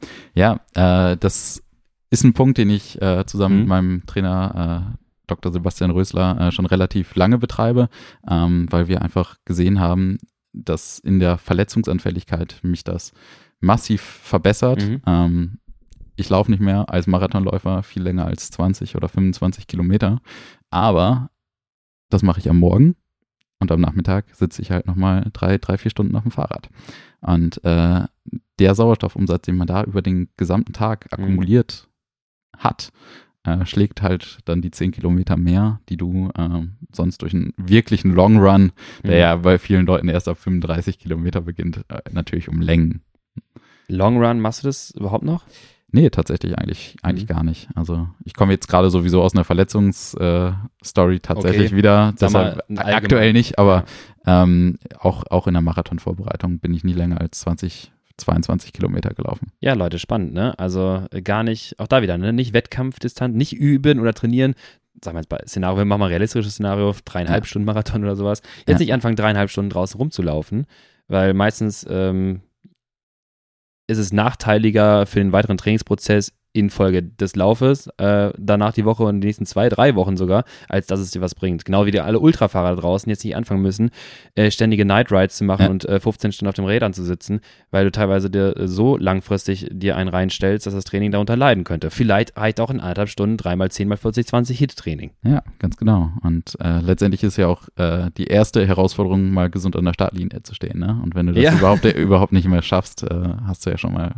Das ist ein Punkt, den ich zusammen mit meinem Trainer Dr. Sebastian Rösler schon relativ lange betreibe, weil wir einfach gesehen haben, dass in der Verletzungsanfälligkeit mich das massiv verbessert. Ich laufe nicht mehr als Marathonläufer viel länger als 20 oder 25 Kilometer, aber das mache ich am Morgen und am Nachmittag sitze ich halt nochmal 3-4 Stunden auf dem Fahrrad. Und der Sauerstoffumsatz, den man da über den gesamten Tag akkumuliert hat, schlägt halt dann die 10 Kilometer mehr, die du sonst durch einen wirklichen Long Run, der ja bei vielen Leuten erst ab 35 Kilometer beginnt, natürlich um Längen. Long Run, machst du das überhaupt noch? Nee, tatsächlich eigentlich gar nicht. Also ich komme jetzt gerade sowieso aus einer Verletzungsstory tatsächlich wieder. Deshalb aktuell nicht, aber auch in der Marathonvorbereitung bin ich nie länger als 22 Kilometer gelaufen. Ja, Leute, spannend, ne? Also gar nicht, auch da wieder, ne? Nicht Wettkampfdistanz, nicht üben oder trainieren. Sagen wir jetzt bei Szenario, wir machen mal ein realistisches Szenario, 3,5 Stunden Marathon oder sowas. Jetzt nicht anfangen, 3,5 Stunden draußen rumzulaufen, weil meistens ist es nachteiliger für den weiteren Trainingsprozess infolge des Laufes, danach die Woche und die nächsten 2-3 Wochen sogar, als dass es dir was bringt. Genau wie die alle Ultrafahrer da draußen jetzt nicht anfangen müssen, ständige Night Rides zu machen und 15 Stunden auf dem Rädern zu sitzen, weil du teilweise dir so langfristig dir einen reinstellst, dass das Training darunter leiden könnte. Vielleicht reicht auch in 1,5 Stunden 3x10x40-20 Hit-Training. Ja, ganz genau. Und letztendlich ist ja auch die erste Herausforderung, mal gesund an der Startlinie zu stehen. Ne? Und wenn du das überhaupt nicht mehr schaffst, hast du ja schon mal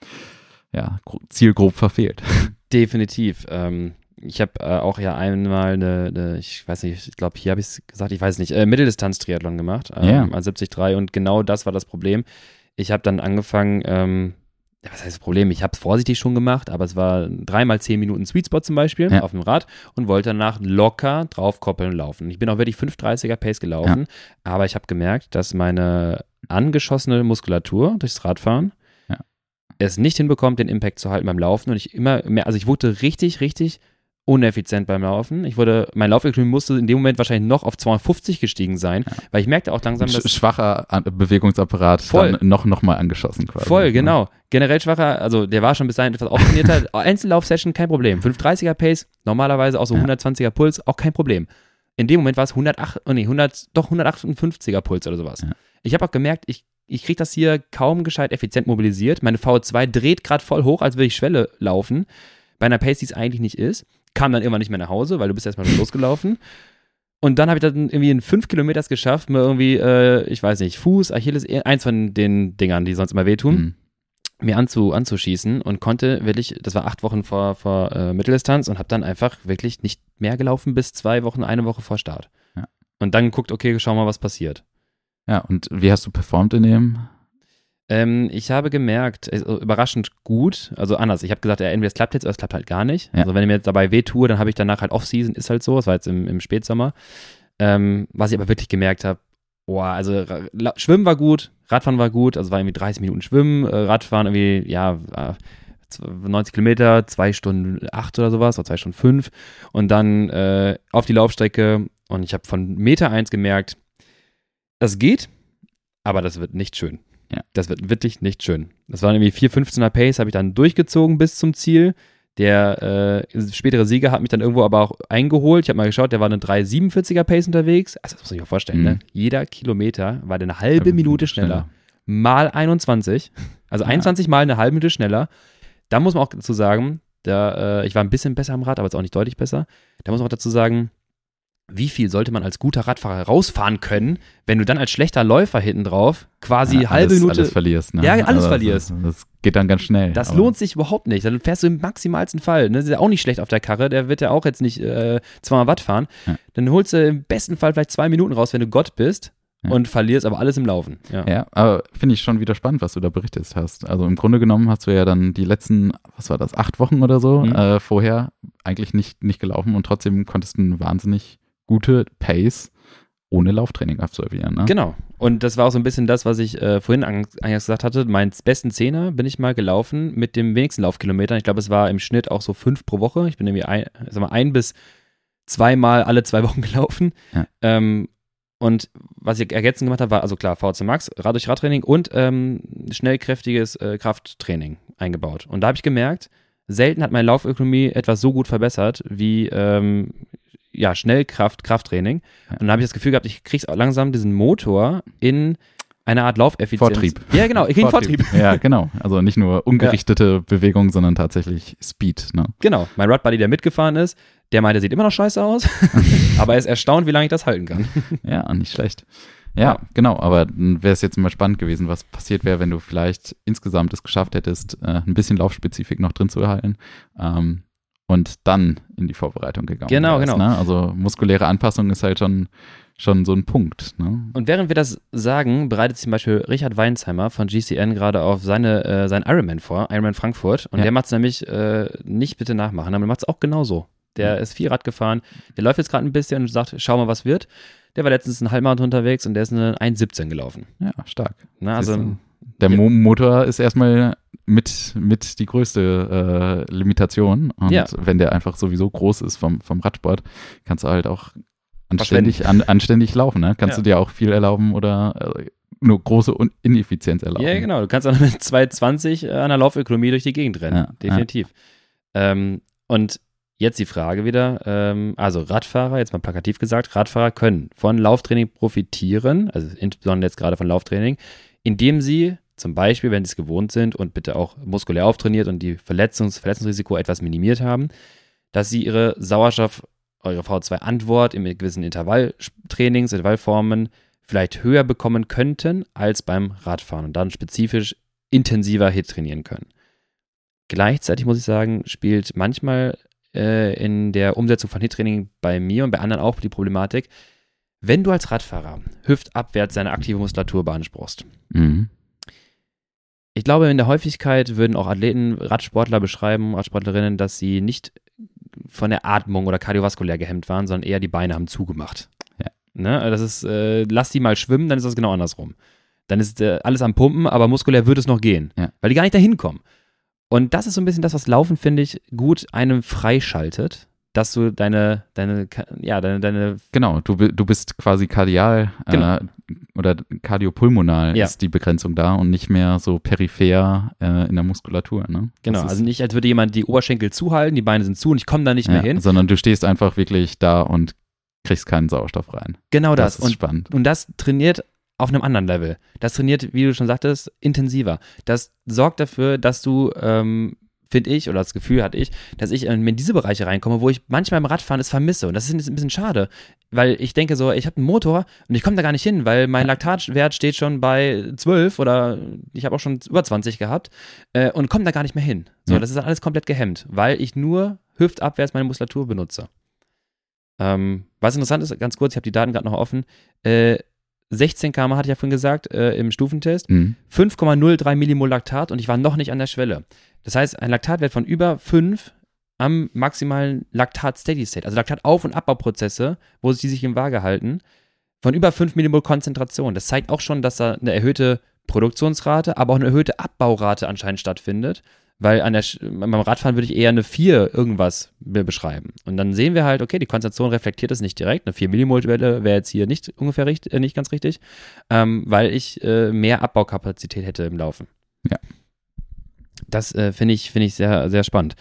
Ziel grob verfehlt. Definitiv. Ich habe auch einmal ich weiß nicht, ich glaube, hier habe ich es gesagt, ich weiß nicht, Mitteldistanz-Triathlon gemacht, als 73 und genau das war das Problem. Ich habe dann angefangen, was heißt das Problem? Ich habe es vorsichtig schon gemacht, aber es war 3x10 Minuten Sweet Spot zum Beispiel auf dem Rad und wollte danach locker draufkoppeln und laufen. Ich bin auch wirklich 5,30er Pace gelaufen, aber ich habe gemerkt, dass meine angeschossene Muskulatur durchs Radfahren es nicht hinbekommt, den Impact zu halten beim Laufen und ich immer mehr, also ich wurde richtig, richtig uneffizient beim Laufen. Mein Laufökonomie musste in dem Moment wahrscheinlich noch auf 250 gestiegen sein, weil ich merkte auch langsam, dass schwacher Bewegungsapparat voll. dann noch mal angeschossen quasi. Voll, genau. Generell schwacher, also der war schon bis dahin etwas auftrainierter. Einzellauf-Session, kein Problem. 530er Pace, normalerweise auch so 120er Puls, auch kein Problem. In dem Moment war es 158er Puls oder sowas. Ja. Ich habe auch gemerkt, ich kriege das hier kaum gescheit effizient mobilisiert. Meine VO2 dreht gerade voll hoch, als würde ich Schwelle laufen. Bei einer Pace, die es eigentlich nicht ist. Kam dann irgendwann nicht mehr nach Hause, weil du bist erstmal schon losgelaufen. Und dann habe ich dann irgendwie in 5 Kilometern geschafft, mir irgendwie, ich weiß nicht, Fuß, Achilles, eins von den Dingern, die sonst immer wehtun, mir anzuschießen und konnte wirklich, das war 8 Wochen vor Mitteldistanz und habe dann einfach wirklich nicht mehr gelaufen bis 2 Wochen, 1 Woche vor Start. Ja. Und dann geguckt, okay, schau mal, was passiert. Ja, und wie hast du performt in dem? Ich habe gemerkt, überraschend gut, also anders. Ich habe gesagt, entweder es klappt jetzt oder es klappt halt gar nicht. Ja. Also wenn ich mir jetzt dabei wehtue, dann habe ich danach halt Off-Season, ist halt so. Das war jetzt im Spätsommer. Was ich aber wirklich gemerkt habe, also Schwimmen war gut, Radfahren war gut, also war irgendwie 30 Minuten Schwimmen, Radfahren irgendwie, 90 Kilometer, 2 Stunden 8 oder sowas, oder 2 Stunden 5 und dann auf die Laufstrecke und ich habe von Meter 1 gemerkt, das geht, aber das wird nicht schön. Ja. Das wird wirklich nicht schön. Das war irgendwie 4,15er Pace, habe ich dann durchgezogen bis zum Ziel. Der spätere Sieger hat mich dann irgendwo aber auch eingeholt. Ich habe mal geschaut, der war eine 3,47er Pace unterwegs. Also das muss ich mir vorstellen, ne? Jeder Kilometer war der eine halbe Minute schneller. Mal 21. Also 21 mal eine halbe Minute schneller. Da muss man auch dazu sagen, ich war ein bisschen besser am Rad, aber jetzt auch nicht deutlich besser. Da muss man auch dazu sagen, wie viel sollte man als guter Radfahrer rausfahren können, wenn du dann als schlechter Läufer hinten drauf quasi halbe Minute alles verlierst. Ne? Ja, alles verlierst. Das geht dann ganz schnell. Das lohnt sich überhaupt nicht. Dann fährst du im maximalsten Fall. Ne? Das ist ja auch nicht schlecht auf der Karre. Der wird ja auch jetzt nicht 200 Watt fahren. Ja. Dann holst du im besten Fall vielleicht 2 Minuten raus, wenn du Gott bist. Ja. Und verlierst aber alles im Laufen. Ja, aber finde ich schon wieder spannend, was du da berichtet hast. Also im Grunde genommen hast du ja dann die letzten, 8 Wochen oder so vorher eigentlich nicht gelaufen und trotzdem konntest du eine wahnsinnig gute Pace ohne Lauftraining absolvieren. Ne? Genau. Und das war auch so ein bisschen das, was ich vorhin eingangs gesagt hatte. Meinen besten 10er bin ich mal gelaufen mit dem wenigsten Laufkilometern. Ich glaube, es war im Schnitt auch so 5 pro Woche. Ich bin irgendwie 1 bis 2 Mal alle 2 Wochen gelaufen. Ja. Und was ich ergänzend gemacht habe, war also klar, VO2 Max, Rad durch Radtraining und schnellkräftiges Krafttraining eingebaut. Und da habe ich gemerkt, selten hat meine Laufökonomie etwas so gut verbessert wie Schnellkrafttraining. Ja. Und dann habe ich das Gefühl gehabt, ich kriege langsam diesen Motor in eine Art Laufeffizienz. Vortrieb. Ja, genau, ich kriege Vortrieb. Ja, genau. Also nicht nur ungerichtete Bewegung, sondern tatsächlich Speed. Ne? Genau. Mein Rad-Buddy, der mitgefahren ist, der meinte, sieht immer noch scheiße aus, aber er ist erstaunt, wie lange ich das halten kann. Ja, nicht schlecht. Ja, genau, aber dann wäre es jetzt mal spannend gewesen, was passiert wäre, wenn du vielleicht insgesamt es geschafft hättest, ein bisschen Laufspezifik noch drin zu erhalten und dann in die Vorbereitung gegangen wärst. Genau. Ne? Also muskuläre Anpassung ist halt schon so ein Punkt. Ne? Und während wir das sagen, bereitet sich zum Beispiel Richard Weinsheimer von GCN gerade auf sein Ironman vor, Ironman Frankfurt. Und der macht es nämlich nicht bitte nachmachen, aber macht es auch genauso. Der ist viel Rad gefahren, der läuft jetzt gerade ein bisschen und sagt, schau mal, was wird. Der war letztens einen Halbmarathon unterwegs und der ist eine 1,17 gelaufen. Ja, stark. Na, also, der Motor ist erstmal mit die größte Limitation. Und wenn der einfach sowieso groß ist vom Radsport, kannst du halt auch anständig laufen. Ne? Kannst du dir auch viel erlauben oder nur große Ineffizienz erlauben. Ja, genau. Du kannst auch mit 2,20 an der Laufökonomie durch die Gegend rennen. Ja, definitiv. Ja. Und jetzt die Frage wieder, also Radfahrer, jetzt mal plakativ gesagt, Radfahrer können von Lauftraining profitieren, also insbesondere jetzt gerade von Lauftraining, indem sie zum Beispiel, wenn sie es gewohnt sind und bitte auch muskulär auftrainiert und die Verletzungsrisiko etwas minimiert haben, dass sie ihre VO2-Antwort in gewissen Intervallformen vielleicht höher bekommen könnten als beim Radfahren und dann spezifisch intensiver HIIT trainieren können. Gleichzeitig muss ich sagen, spielt manchmal in der Umsetzung von HIIT-Training bei mir und bei anderen auch die Problematik, wenn du als Radfahrer hüftabwärts deine aktive Muskulatur beanspruchst. Mhm. Ich glaube, in der Häufigkeit würden auch Athleten, Radsportlerinnen, dass sie nicht von der Atmung oder kardiovaskulär gehemmt waren, sondern eher die Beine haben zugemacht. Ja. Ne? Das ist, lass die mal schwimmen, dann ist das genau andersrum. Dann ist alles am Pumpen, aber muskulär wird es noch gehen, weil die gar nicht dahin kommen. Und das ist so ein bisschen das, was Laufen, finde ich, gut einem freischaltet, dass du deine Genau, du bist quasi kardial oder kardiopulmonal ist die Begrenzung da und nicht mehr so peripher in der Muskulatur. Ne? Genau, also nicht, als würde jemand die Oberschenkel zuhalten, die Beine sind zu und ich komme da nicht mehr hin. Sondern du stehst einfach wirklich da und kriegst keinen Sauerstoff rein. Genau das. Das ist spannend. Und das trainiert auf einem anderen Level. Das trainiert, wie du schon sagtest, intensiver. Das sorgt dafür, dass du finde ich, oder das Gefühl hatte ich, dass ich in diese Bereiche reinkomme, wo ich manchmal im Radfahren es vermisse. Und das ist ein bisschen schade, weil ich denke so, ich habe einen Motor und ich komme da gar nicht hin, weil mein Laktatwert steht schon bei 12 oder ich habe auch schon über 20 gehabt und komme da gar nicht mehr hin. So, das ist dann alles komplett gehemmt, weil ich nur hüftabwärts meine Muskulatur benutze. Was interessant ist, ganz kurz, ich habe die Daten gerade noch offen, 16 km hatte ich ja vorhin gesagt, im Stufentest, 5,03 Millimol Laktat und ich war noch nicht an der Schwelle. Das heißt, ein Laktatwert von über 5 am maximalen Laktat-Steady-State, also Laktat-Auf- und Abbauprozesse, wo die sich im Waage halten, von über 5 Millimol Konzentration. Das zeigt auch schon, dass da eine erhöhte Produktionsrate, aber auch eine erhöhte Abbaurate anscheinend stattfindet, weil beim Radfahren würde ich eher eine 4 irgendwas beschreiben. Und dann sehen wir halt, okay, die Konzentration reflektiert das nicht direkt. Eine 4 Millimol-Welle wäre jetzt hier nicht ungefähr nicht ganz richtig, weil ich mehr Abbaukapazität hätte im Laufen. Ja. Das finde ich sehr, sehr spannend.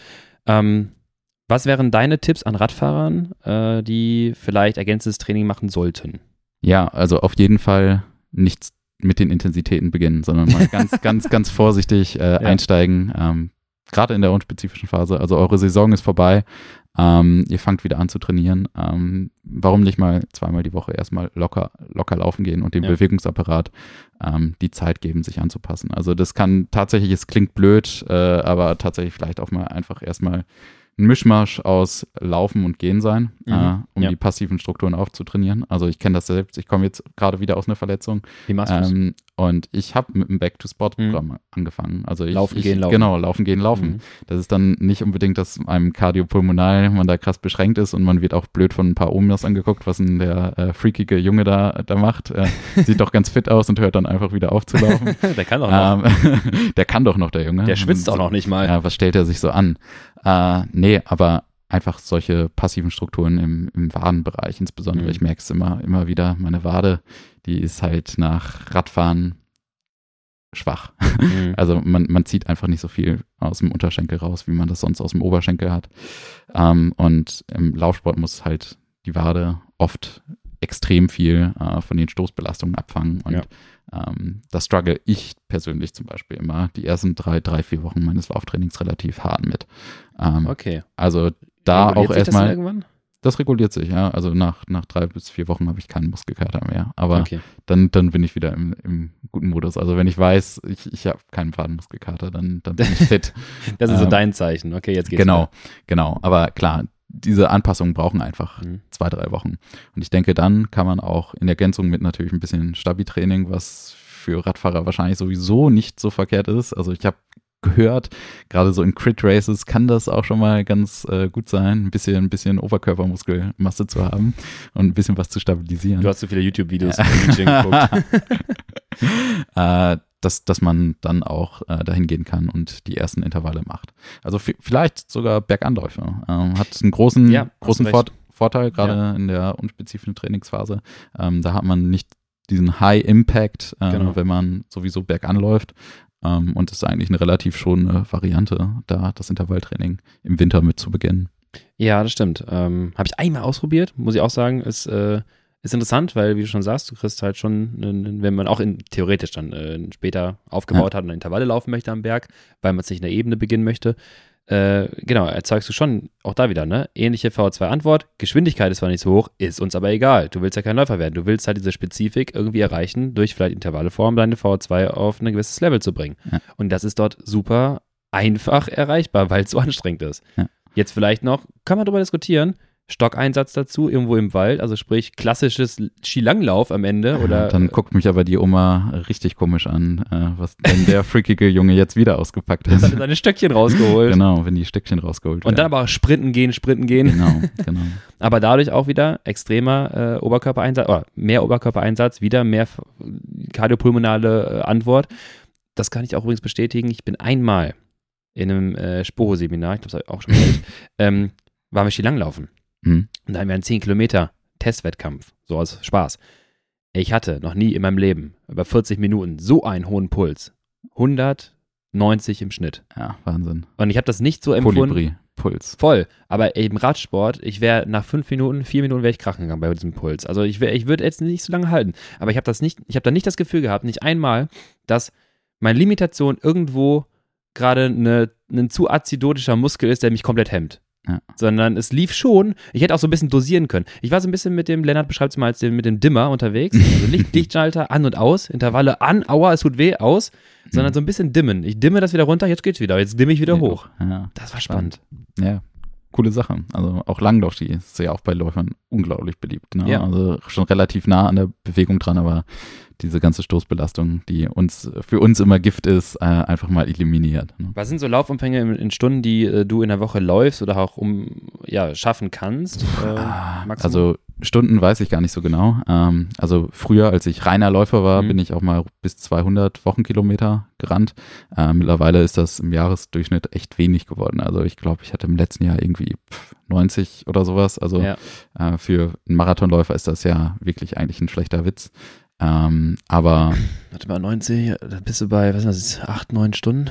Was wären deine Tipps an Radfahrern, die vielleicht ergänzendes Training machen sollten? Ja, also auf jeden Fall nichts mit den Intensitäten beginnen, sondern mal ganz vorsichtig einsteigen, gerade in der unspezifischen Phase. Also eure Saison ist vorbei, ihr fangt wieder an zu trainieren. Warum nicht mal 2-mal die Woche erstmal locker laufen gehen und dem Bewegungsapparat die Zeit geben, sich anzupassen. Also das kann tatsächlich, es klingt blöd, aber tatsächlich vielleicht auch mal einfach erstmal ein Mischmasch aus Laufen und Gehen sein, die passiven Strukturen aufzutrainieren. Also ich kenne das selbst, ich komme jetzt gerade wieder aus einer Verletzung. Wie machst du das? Und ich habe mit einem Back-to-Sport-Programm angefangen. Also Laufen, Gehen, Laufen. Genau, Laufen, Gehen, Laufen. Das ist dann nicht unbedingt, dass einem kardiopulmonal man da krass beschränkt ist und man wird auch blöd von ein paar Omas angeguckt, was denn der freakige Junge da macht. Sieht doch ganz fit aus und hört dann einfach wieder auf zu laufen. Der kann doch noch. Der kann doch noch, der Junge. Der schwitzt auch noch nicht mal. Ja, was stellt er sich so an? Nee, aber einfach solche passiven Strukturen im Wadenbereich insbesondere. Ich merke es immer wieder, meine Wade, die ist halt nach Radfahren schwach. Also man zieht einfach nicht so viel aus dem Unterschenkel raus, wie man das sonst aus dem Oberschenkel hat. Und im Laufsport muss halt die Wade oft extrem viel von den Stoßbelastungen abfangen. Und da struggle ich persönlich zum Beispiel immer die ersten 3-4 Wochen meines Lauftrainings relativ hart mit. Okay. Also da reguliert auch sich erstmal. das irgendwann? Das reguliert sich, ja. Also nach 3 bis 4 Wochen habe ich keinen Muskelkater mehr. Aber Okay. dann bin ich wieder im guten Modus. Also wenn ich weiß, ich habe keinen Wadenmuskelkater, dann bin ich fit. Das ist so dein Zeichen. Okay, jetzt geht's Genau, wieder. genau. Aber klar, diese Anpassungen brauchen einfach 2-3 Wochen. Und ich denke, dann kann man auch in Ergänzung mit natürlich ein bisschen Stabi-Training, was für Radfahrer wahrscheinlich sowieso nicht so verkehrt ist. Also ich habe gehört, gerade so in Crit-Races kann das auch schon mal ganz gut sein, ein bisschen Oberkörpermuskelmasse zu haben und ein bisschen was zu stabilisieren. Du hast so viele YouTube-Videos geguckt. Dass man dann auch dahin gehen kann und die ersten Intervalle macht. Also vielleicht sogar Berganläufe. Hat einen großen Vorteil, gerade in der unspezifischen Trainingsphase. Da hat man nicht diesen High Impact, wenn man sowieso bergan läuft. Und es ist eigentlich eine relativ schonende Variante, da das Intervalltraining im Winter mit zu beginnen. Ja, das stimmt. Habe ich einmal ausprobiert, muss ich auch sagen. Ist interessant, weil, wie du schon sagst, du kriegst halt schon, wenn man auch theoretisch dann später aufgebaut hat und Intervalle laufen möchte am Berg, weil man es nicht in der Ebene beginnen möchte, erzeugst du schon auch da wieder, ne? Ähnliche VO2-Antwort, Geschwindigkeit ist zwar nicht so hoch, ist uns aber egal. Du willst ja kein Läufer werden. Du willst halt diese Spezifik irgendwie erreichen, durch vielleicht Intervalleform deine VO2 auf ein gewisses Level zu bringen. Ja. Und das ist dort super einfach erreichbar, weil es so anstrengend ist. Ja. Jetzt vielleicht noch, kann man darüber diskutieren, Stockeinsatz dazu, irgendwo im Wald, also sprich klassisches Skilanglauf am Ende. Oder dann guckt mich aber die Oma richtig komisch an, was denn der freakige Junge jetzt wieder ausgepackt hat. Jetzt hat er seine Stöckchen rausgeholt. Genau, wenn die Stöckchen rausgeholt werden. Und dann aber auch sprinten gehen. Genau. Aber dadurch auch wieder extremer Oberkörpereinsatz, oder mehr Oberkörpereinsatz, wieder mehr kardiopulmonale Antwort. Das kann ich auch übrigens bestätigen. Ich bin einmal in einem Sporo-Seminar, ich glaube, das habe ich auch schon mal waren wir Skilanglaufen. Mhm. Und da haben wir einen 10 Kilometer Testwettkampf, so aus Spaß. Ich hatte noch nie in meinem Leben über 40 Minuten so einen hohen Puls. 190 im Schnitt. Ja, Wahnsinn. Und ich habe das nicht so empfunden. Kolibri, Puls. Voll. Aber im Radsport, ich wäre nach 4 Minuten wäre ich krachen gegangen bei diesem Puls. Also ich würde jetzt nicht so lange halten. Aber ich habe da nicht das Gefühl gehabt, nicht einmal, dass meine Limitation irgendwo gerade ein zu azidotischer Muskel ist, der mich komplett hemmt. Ja. Sondern es lief schon. Ich hätte auch so ein bisschen dosieren können. Ich war so ein bisschen mit dem, Lennart beschreibt es mal als mit dem Dimmer unterwegs. Also Lichtschalter an und aus, Intervalle an, aua, es tut weh, aus. Sondern so ein bisschen dimmen. Ich dimme das wieder runter, jetzt geht's wieder. Jetzt dimme ich wieder hoch. Ja, das war spannend. Ja, coole Sache. Also auch Langlaufski ist ja auch bei Läufern unglaublich beliebt. Ne? Ja. Also schon relativ nah an der Bewegung dran, aber diese ganze Stoßbelastung, die für uns immer Gift ist, einfach mal eliminiert. Ne? Was sind so Laufumfänge in Stunden, die du in der Woche läufst oder auch schaffen kannst? Also Stunden weiß ich gar nicht so genau. Also früher, als ich reiner Läufer war, bin ich auch mal bis 200 Wochenkilometer gerannt. Mittlerweile ist das im Jahresdurchschnitt echt wenig geworden. Also ich glaube, ich hatte im letzten Jahr irgendwie 90 oder sowas. Also für einen Marathonläufer ist das ja wirklich eigentlich ein schlechter Witz. Aber warte mal, 90, da bist du bei, was ist das, 8, 9 Stunden?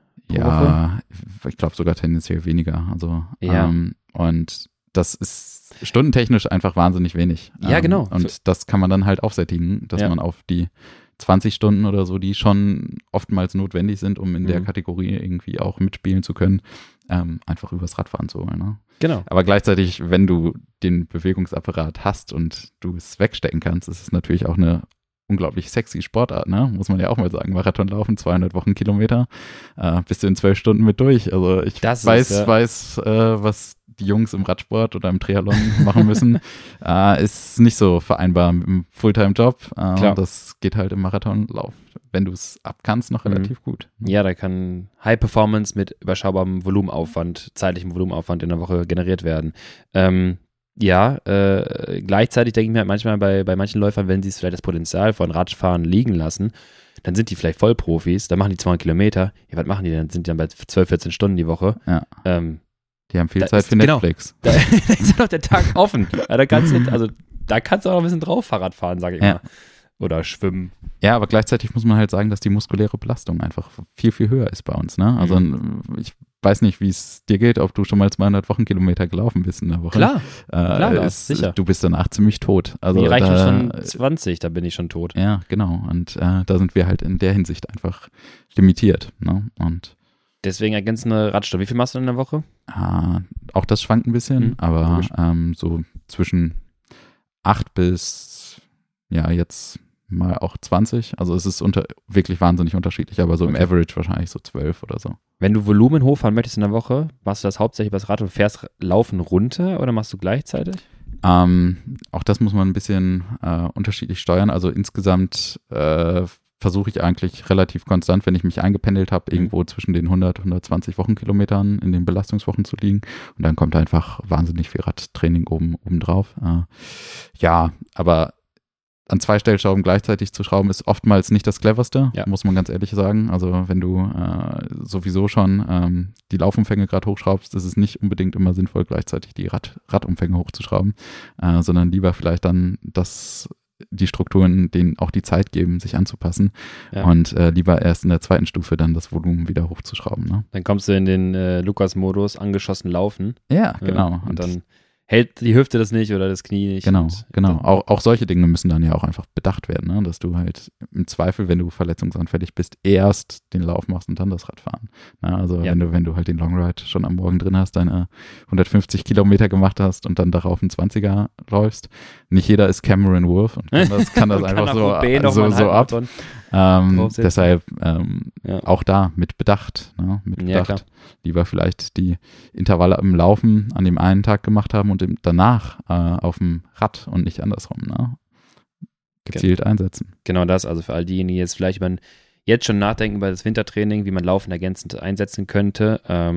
Ja, ich glaube sogar tendenziell weniger. Also und das ist stundentechnisch einfach wahnsinnig wenig. Ja, genau. Und das kann man dann halt aufsättigen, dass man auf die 20 Stunden oder so, die schon oftmals notwendig sind, um in der Kategorie irgendwie auch mitspielen zu können, einfach übers Radfahren zu holen. Ne? Genau. Aber gleichzeitig, wenn du den Bewegungsapparat hast und du es wegstecken kannst, ist es natürlich auch eine unglaublich sexy Sportart, ne? Muss man ja auch mal sagen. Marathon laufen, 200 Wochenkilometer, bist du in 12 Stunden mit durch. Also ich weiß, was die Jungs im Radsport oder im Triathlon machen müssen, ist nicht so vereinbar mit einem Fulltime-Job. Das geht halt im Marathonlauf, wenn du es abkannst, noch relativ gut. Ja, da kann High Performance mit überschaubarem Volumenaufwand, zeitlichem Volumenaufwand in der Woche generiert werden. Gleichzeitig denke ich mir halt manchmal bei manchen Läufern, wenn sie es vielleicht das Potenzial von Radfahren liegen lassen, dann sind die vielleicht Vollprofis, dann machen die 200 Kilometer. Ja, was machen die denn? Sind die dann bei 12, 14 Stunden die Woche? Ja. Die haben viel Zeit für Netflix. Da ist ja noch der Tag offen. Da kannst du auch noch ein bisschen drauf Fahrrad fahren, sage ich mal. Oder schwimmen. Ja, aber gleichzeitig muss man halt sagen, dass die muskuläre Belastung einfach viel, viel höher ist bei uns. Ne? Also ich weiß nicht, wie es dir geht, ob du schon mal 200 Wochenkilometer gelaufen bist in der Woche. Klar, sicher. Du bist danach ziemlich tot. Also mir reichen schon 20, da bin ich schon tot. Ja, genau. Und da sind wir halt in der Hinsicht einfach limitiert. Ne? Und deswegen ergänzende Radstunden. Wie viel machst du in der Woche? Auch das schwankt ein bisschen, aber so zwischen 8 bis jetzt mal auch 20. Also es ist wirklich wahnsinnig unterschiedlich, aber so im Average wahrscheinlich so 12 oder so. Wenn du Volumen hochfahren möchtest in der Woche, machst du das hauptsächlich übers Rad und fährst Laufen runter oder machst du gleichzeitig? Auch das muss man ein bisschen unterschiedlich steuern. Also insgesamt versuche ich eigentlich relativ konstant, wenn ich mich eingependelt habe, irgendwo zwischen den 100, 120 Wochenkilometern in den Belastungswochen zu liegen. Und dann kommt einfach wahnsinnig viel Radtraining oben drauf. Aber an 2 Stellschrauben gleichzeitig zu schrauben, ist oftmals nicht das Cleverste, muss man ganz ehrlich sagen. Also wenn du sowieso schon die Laufumfänge gerade hochschraubst, ist es nicht unbedingt immer sinnvoll, gleichzeitig die Radumfänge hochzuschrauben, sondern lieber vielleicht dann die Strukturen, denen auch die Zeit geben, sich anzupassen und lieber erst in der 2. Stufe dann das Volumen wieder hochzuschrauben. Ne? Dann kommst du in den Lukas-Modus, angeschossen laufen. Ja, genau. Und dann hält die Hüfte das nicht oder das Knie nicht. Genau. Auch solche Dinge müssen dann ja auch einfach bedacht werden, ne? Dass du halt im Zweifel, wenn du verletzungsanfällig bist, erst den Lauf machst und dann das Radfahren. Ne? Also wenn du halt den Long Ride schon am Morgen drin hast, deine 150 Kilometer gemacht hast und dann darauf einen 20er läufst. Nicht jeder ist Cameron Wolf und kann das einfach so ab. Deshalb auch da mit Bedacht. Ne? Mit Bedacht. Lieber vielleicht die Intervalle im Laufen an dem einen Tag gemacht haben und danach auf dem Rad und nicht andersrum. Ne? Gezielt einsetzen. Genau das, also für all diejenigen, die jetzt vielleicht jetzt schon nachdenken über das Wintertraining, wie man Laufen ergänzend einsetzen könnte,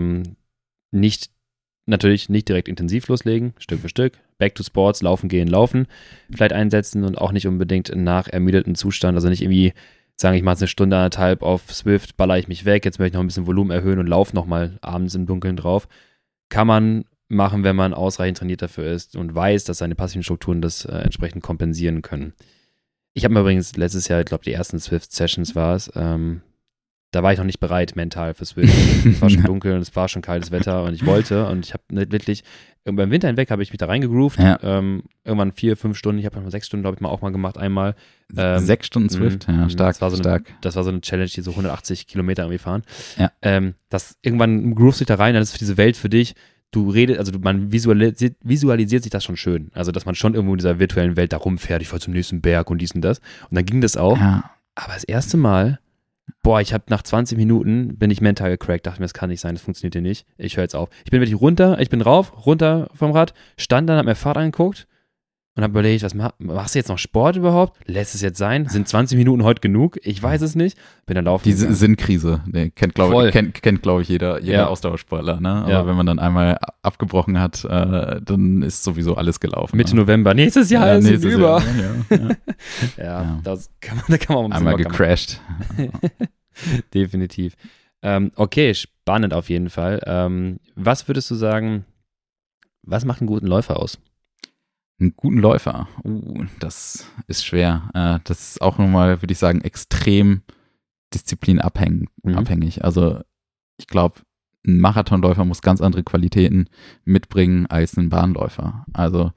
natürlich nicht direkt intensiv loslegen, Stück für Stück, back to Sports, laufen gehen, laufen, vielleicht einsetzen und auch nicht unbedingt nach ermüdeten Zustand, also nicht irgendwie sagen, ich mache jetzt 1 Stunde, 1,5 auf Swift, baller ich mich weg, jetzt möchte ich noch ein bisschen Volumen erhöhen und laufe nochmal abends im Dunkeln drauf. Kann man machen, wenn man ausreichend trainiert dafür ist und weiß, dass seine passiven Strukturen das entsprechend kompensieren können. Ich habe mir übrigens letztes Jahr, ich glaube, die ersten Swift-Sessions war es, da war ich noch nicht bereit mental für Swift. Es war schon dunkel und es war schon kaltes Wetter und ich wollte und ich habe nicht wirklich, beim Winter hinweg habe ich mich da reingegroovt, irgendwann 4-5 Stunden, ich habe noch 6 Stunden, glaube ich, auch mal gemacht einmal. 6 Stunden Swift, ja, stark, das war so eine Challenge, die so 180 Kilometer irgendwie fahren. Ja. Das irgendwann groovst dich da rein, dann ist diese Welt für dich, du redest, also man visualisiert sich das schon schön, also dass man schon irgendwo in dieser virtuellen Welt da rumfährt, ich fahre zum nächsten Berg und dies und das und dann ging das auch, aber das erste Mal ich habe nach 20 Minuten bin ich mental gecrackt, dachte mir, das kann nicht sein, das funktioniert hier nicht. Ich höre jetzt auf. Ich bin wirklich runter vom Rad, stand dann, hab mir Fahrt angeguckt und habe überlegt, was machst du jetzt noch Sport überhaupt? Lässt es jetzt sein? Sind 20 Minuten heute genug? Ich weiß es nicht. Bin dann laufen. Diese Sinnkrise, kennt glaube ich, jeder Ausdauersportler. Ne? Aber wenn man dann einmal abgebrochen hat, dann ist sowieso alles gelaufen. Mitte November, nächstes Jahr ist es über. Ja. Da kann man auch ein bisschen einmal gecrashed. Definitiv. Okay, spannend auf jeden Fall. Was würdest du sagen, was macht einen guten Läufer aus? Einen guten Läufer, das ist schwer. Das ist auch nochmal, würde ich sagen, extrem disziplinabhängig. Also ich glaube, ein Marathonläufer muss ganz andere Qualitäten mitbringen als ein Bahnläufer. Also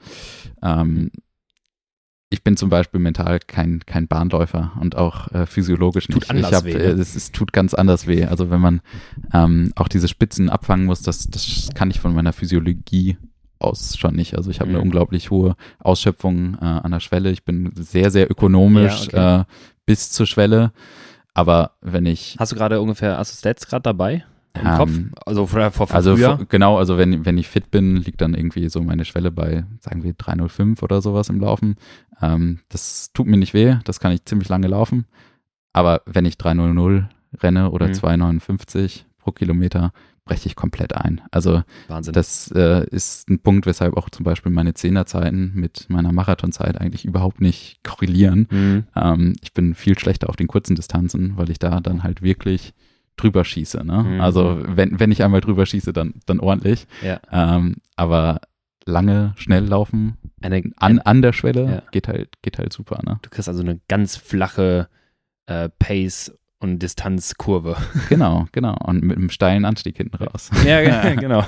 ich bin zum Beispiel mental kein Bahnläufer und auch physiologisch nicht. Es tut ganz anders weh. Also wenn man auch diese Spitzen abfangen muss, das kann ich von meiner Physiologie aus schon nicht. Also ich habe eine unglaublich hohe Ausschöpfung an der Schwelle. Ich bin sehr, sehr ökonomisch bis zur Schwelle. Aber wenn ich... Hast du Stats gerade dabei im Kopf? Also vor genau, also wenn ich fit bin, liegt dann irgendwie so meine Schwelle bei, sagen wir, 3:05 oder sowas im Laufen. Das tut mir nicht weh, das kann ich ziemlich lange laufen. Aber wenn ich 3:00 renne oder 2:59 pro Kilometer, breche ich komplett ein. Also Wahnsinn. Das ist ein Punkt, weshalb auch zum Beispiel meine 10er-Zeiten mit meiner Marathonzeit eigentlich überhaupt nicht korrelieren. Ich bin viel schlechter auf den kurzen Distanzen, weil ich da dann halt wirklich drüber schieße. Ne? Also wenn ich einmal drüber schieße, dann ordentlich. Ja. Aber lange, schnell laufen an der Schwelle geht halt super. Ne? Du kriegst also eine ganz flache Pace und Distanzkurve. Genau. Und mit einem steilen Anstieg hinten raus. Ja, genau.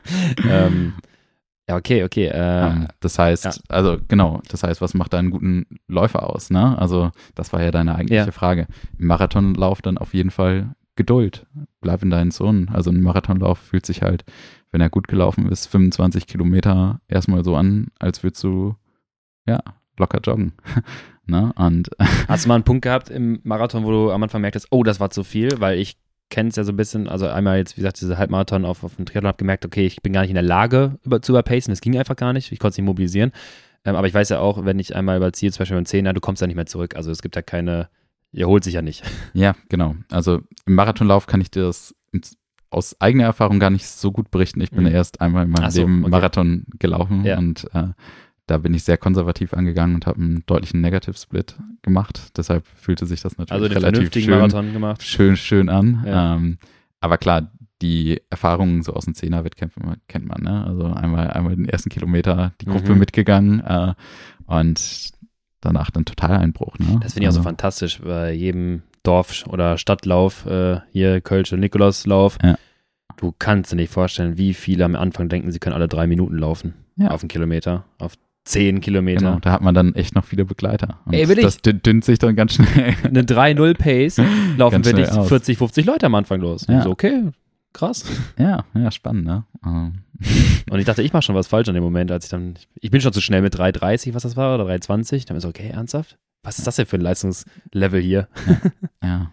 Okay. Das heißt, was macht da einen guten Läufer aus? Ne? Also, das war ja deine eigentliche Frage. Im Marathonlauf dann auf jeden Fall Geduld. Bleib in deinen Zonen. Also, ein Marathonlauf fühlt sich halt, wenn er gut gelaufen ist, 25 Kilometer erstmal so an, als würdest du, locker joggen. Ne? Und hast du mal einen Punkt gehabt im Marathon, wo du am Anfang merktest, das war zu viel, weil ich kenne es ja so ein bisschen, also einmal jetzt, wie gesagt, diese Halbmarathon auf dem Triathlon, habe gemerkt, okay, ich bin gar nicht in der Lage zu überpacen, das ging einfach gar nicht, ich konnte es nicht mobilisieren, aber ich weiß ja auch, wenn ich einmal überziehe, zum Beispiel beim 10er, du kommst da nicht mehr zurück, also es gibt ja erholt sich ja nicht. Ja, genau, also im Marathonlauf kann ich dir das aus eigener Erfahrung gar nicht so gut berichten, ich bin erst einmal in meinem Leben Marathon gelaufen und da bin ich sehr konservativ angegangen und habe einen deutlichen Negative Split gemacht. Deshalb fühlte sich das natürlich relativ schön an. Ja. Aber klar, die Erfahrungen so aus den 10er-Wettkämpfen kennt man. Ne? Also einmal den ersten Kilometer die Gruppe mitgegangen und danach dann Totaleinbruch. Ne? Das finde ich auch so fantastisch bei jedem Dorf- oder Stadtlauf, hier Kölsche Nikolauslauf. Ja. Du kannst dir nicht vorstellen, wie viele am Anfang denken, sie können alle 3 Minuten laufen auf einen Kilometer, auf 10 Kilometer. Genau, da hat man dann echt noch viele Begleiter. Und will das dünnt sich dann ganz schnell. Eine 3:0 Pace laufen wirklich 40, 50 Leute am Anfang los. Ja. So, okay, krass. Ja, spannend, ne? Und ich dachte, ich mache schon was falsch in dem Moment, als ich bin schon zu schnell mit 3:30, was das war, oder 3:20. Dann bin ich so, okay, ernsthaft? Was ist das denn für ein Leistungslevel hier? Ja.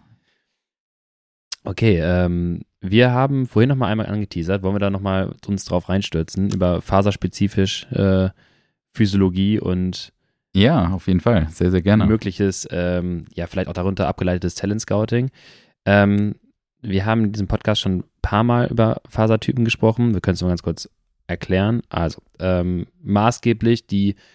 Okay, wir haben vorhin noch mal einmal angeteasert, wollen wir da noch mal uns drauf reinstürzen, über faserspezifisch Physiologie und auf jeden Fall, sehr, sehr gerne. Mögliches, vielleicht auch darunter abgeleitetes Talent Scouting. Wir haben in diesem Podcast schon ein paar Mal über Fasertypen gesprochen. Wir können es nur ganz kurz erklären. Also maßgeblich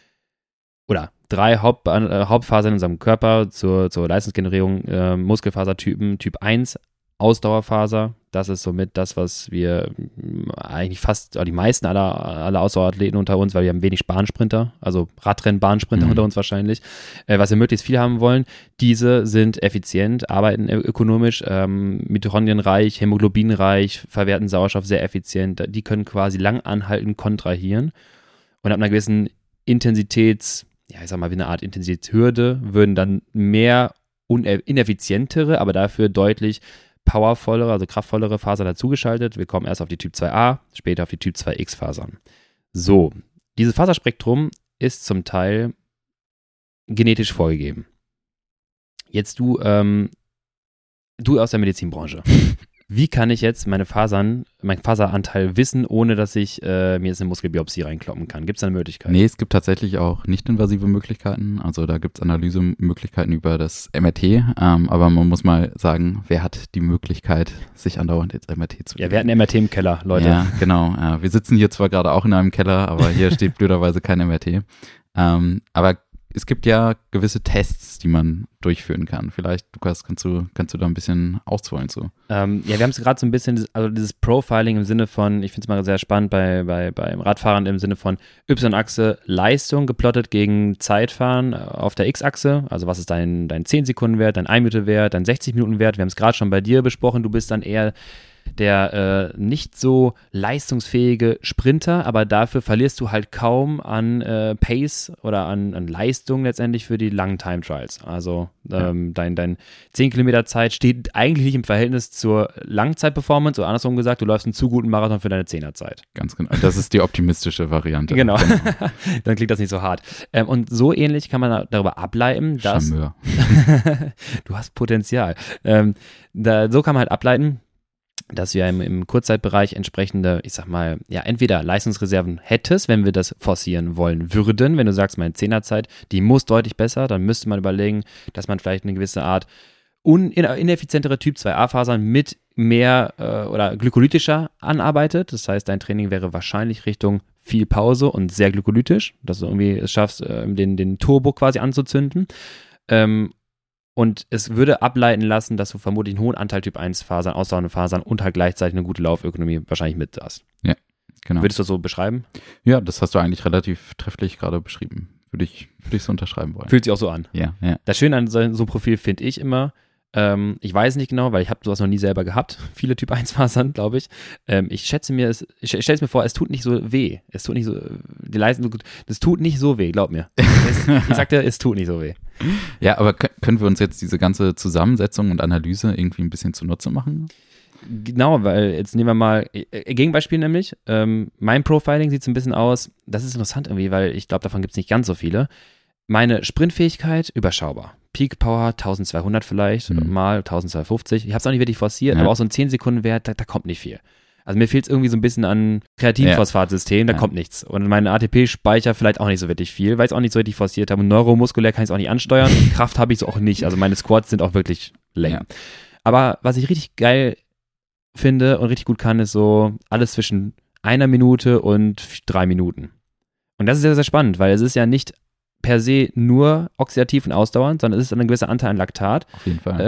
3 Hauptfasern in unserem Körper zur Leistungsgenerierung, Muskelfasertypen. Typ 1 Ausdauerfaser. Das ist somit das, was wir eigentlich fast, die meisten aller Ausdauerathleten unter uns, weil wir haben wenig Bahnsprinter, also Radrennen-Bahnsprinter unter uns wahrscheinlich, was wir möglichst viel haben wollen. Diese sind effizient, arbeiten ökonomisch, mitochondrienreich, hämoglobinreich, verwerten Sauerstoff sehr effizient. Die können quasi lang anhaltend kontrahieren und ab einer gewissen Intensitäts, ja, ich sag mal, wie eine Art Intensitätshürde, würden dann mehr ineffizientere, aber dafür deutlich powervollere, also kraftvollere Fasern dazugeschaltet. Wir kommen erst auf die Typ 2a, später auf die Typ 2x Fasern. So, dieses Faserspektrum ist zum Teil genetisch vorgegeben. Jetzt du aus der Medizinbranche. Wie kann ich jetzt meinen Faseranteil wissen, ohne dass ich mir jetzt eine Muskelbiopsie reinkloppen kann? Gibt es da eine Möglichkeit? Nee, es gibt tatsächlich auch nicht-invasive Möglichkeiten. Also da gibt es Analysemöglichkeiten über das MRT. Aber man muss mal sagen, wer hat die Möglichkeit, sich andauernd ins MRT zu legen? Ja, wir hatten MRT im Keller, Leute. Ja, genau. Wir sitzen hier zwar gerade auch in einem Keller, aber hier steht blöderweise kein MRT. Aber es gibt ja gewisse Tests, die man durchführen kann. Vielleicht, Lukas, kannst du da ein bisschen ausholen zu? Ja, wir haben es gerade so ein bisschen, also dieses Profiling im Sinne von, ich finde es mal sehr spannend beim Radfahren im Sinne von Y-Achse Leistung geplottet gegen Zeitfahren auf der X-Achse. Also was ist dein 10-Sekunden-Wert, dein 1-Minute-Wert, dein 60-Minuten-Wert. Wir haben es gerade schon bei dir besprochen. Du bist dann eher der nicht so leistungsfähige Sprinter, aber dafür verlierst du halt kaum an Pace oder an Leistung letztendlich für die langen Time Trials. Also dein 10 Kilometer Zeit steht eigentlich nicht im Verhältnis zur Langzeit-Performance oder andersrum gesagt, du läufst einen zu guten Marathon für deine 10er-Zeit. Ganz genau. Das ist die optimistische Variante. Genau. Dann klingt das nicht so hart. Und so ähnlich kann man darüber ableiten, dass Charmeur. du hast Potenzial. So kann man halt ableiten, dass du ja im Kurzzeitbereich entsprechende, ich sag mal, ja, entweder Leistungsreserven hättest, wenn wir das forcieren wollen würden. Wenn du sagst, meine 10er-Zeit, die muss deutlich besser, dann müsste man überlegen, dass man vielleicht eine gewisse Art ineffizientere Typ 2a-Fasern mit mehr oder glykolytischer anarbeitet. Das heißt, dein Training wäre wahrscheinlich Richtung viel Pause und sehr glykolytisch, dass du irgendwie es schaffst, den Turbo quasi anzuzünden. Und es würde ableiten lassen, dass du vermutlich einen hohen Anteil Typ 1 Fasern, ausdauernde Fasern und halt gleichzeitig eine gute Laufökonomie wahrscheinlich mit hast. Ja, genau. Würdest du das so beschreiben? Ja, das hast du eigentlich relativ trefflich gerade beschrieben. Würde ich so unterschreiben wollen. Fühlt sich auch so an. Ja. Das Schöne an so einem Profil finde ich immer, ich weiß nicht genau, weil ich habe sowas noch nie selber gehabt, viele Typ 1 Fasern, glaube ich. Ich stelle es mir vor, es tut nicht so weh. Es tut nicht so, das tut nicht so weh, glaub mir. Ich sagte, es tut nicht so weh. Ja, aber können wir uns jetzt diese ganze Zusammensetzung und Analyse irgendwie ein bisschen zunutze machen? Genau, weil jetzt nehmen wir mal Gegenbeispiel nämlich. Mein Profiling sieht so ein bisschen aus, das ist interessant irgendwie, weil ich glaube, davon gibt es nicht ganz so viele. Meine Sprintfähigkeit überschaubar. Peak Power 1200 vielleicht, mal 1250. Ich habe es auch nicht wirklich forciert, aber auch so ein 10-Sekunden-Wert, da kommt nicht viel. Also mir fehlt es irgendwie so ein bisschen an Kreatinphosphatsystem, da kommt nichts. Und mein ATP-Speicher vielleicht auch nicht so wirklich viel, weil ich es auch nicht so richtig forciert habe. Und neuromuskulär kann ich es auch nicht ansteuern. Kraft habe ich so auch nicht. Also meine Squats sind auch wirklich länger. Ja. Aber was ich richtig geil finde und richtig gut kann, ist so alles zwischen 1 Minute und 3 Minuten. Und das ist sehr, sehr spannend, weil es ist ja nicht per se nur oxidativ und ausdauernd, sondern es ist ein gewisser Anteil an Laktat. Auf jeden Fall.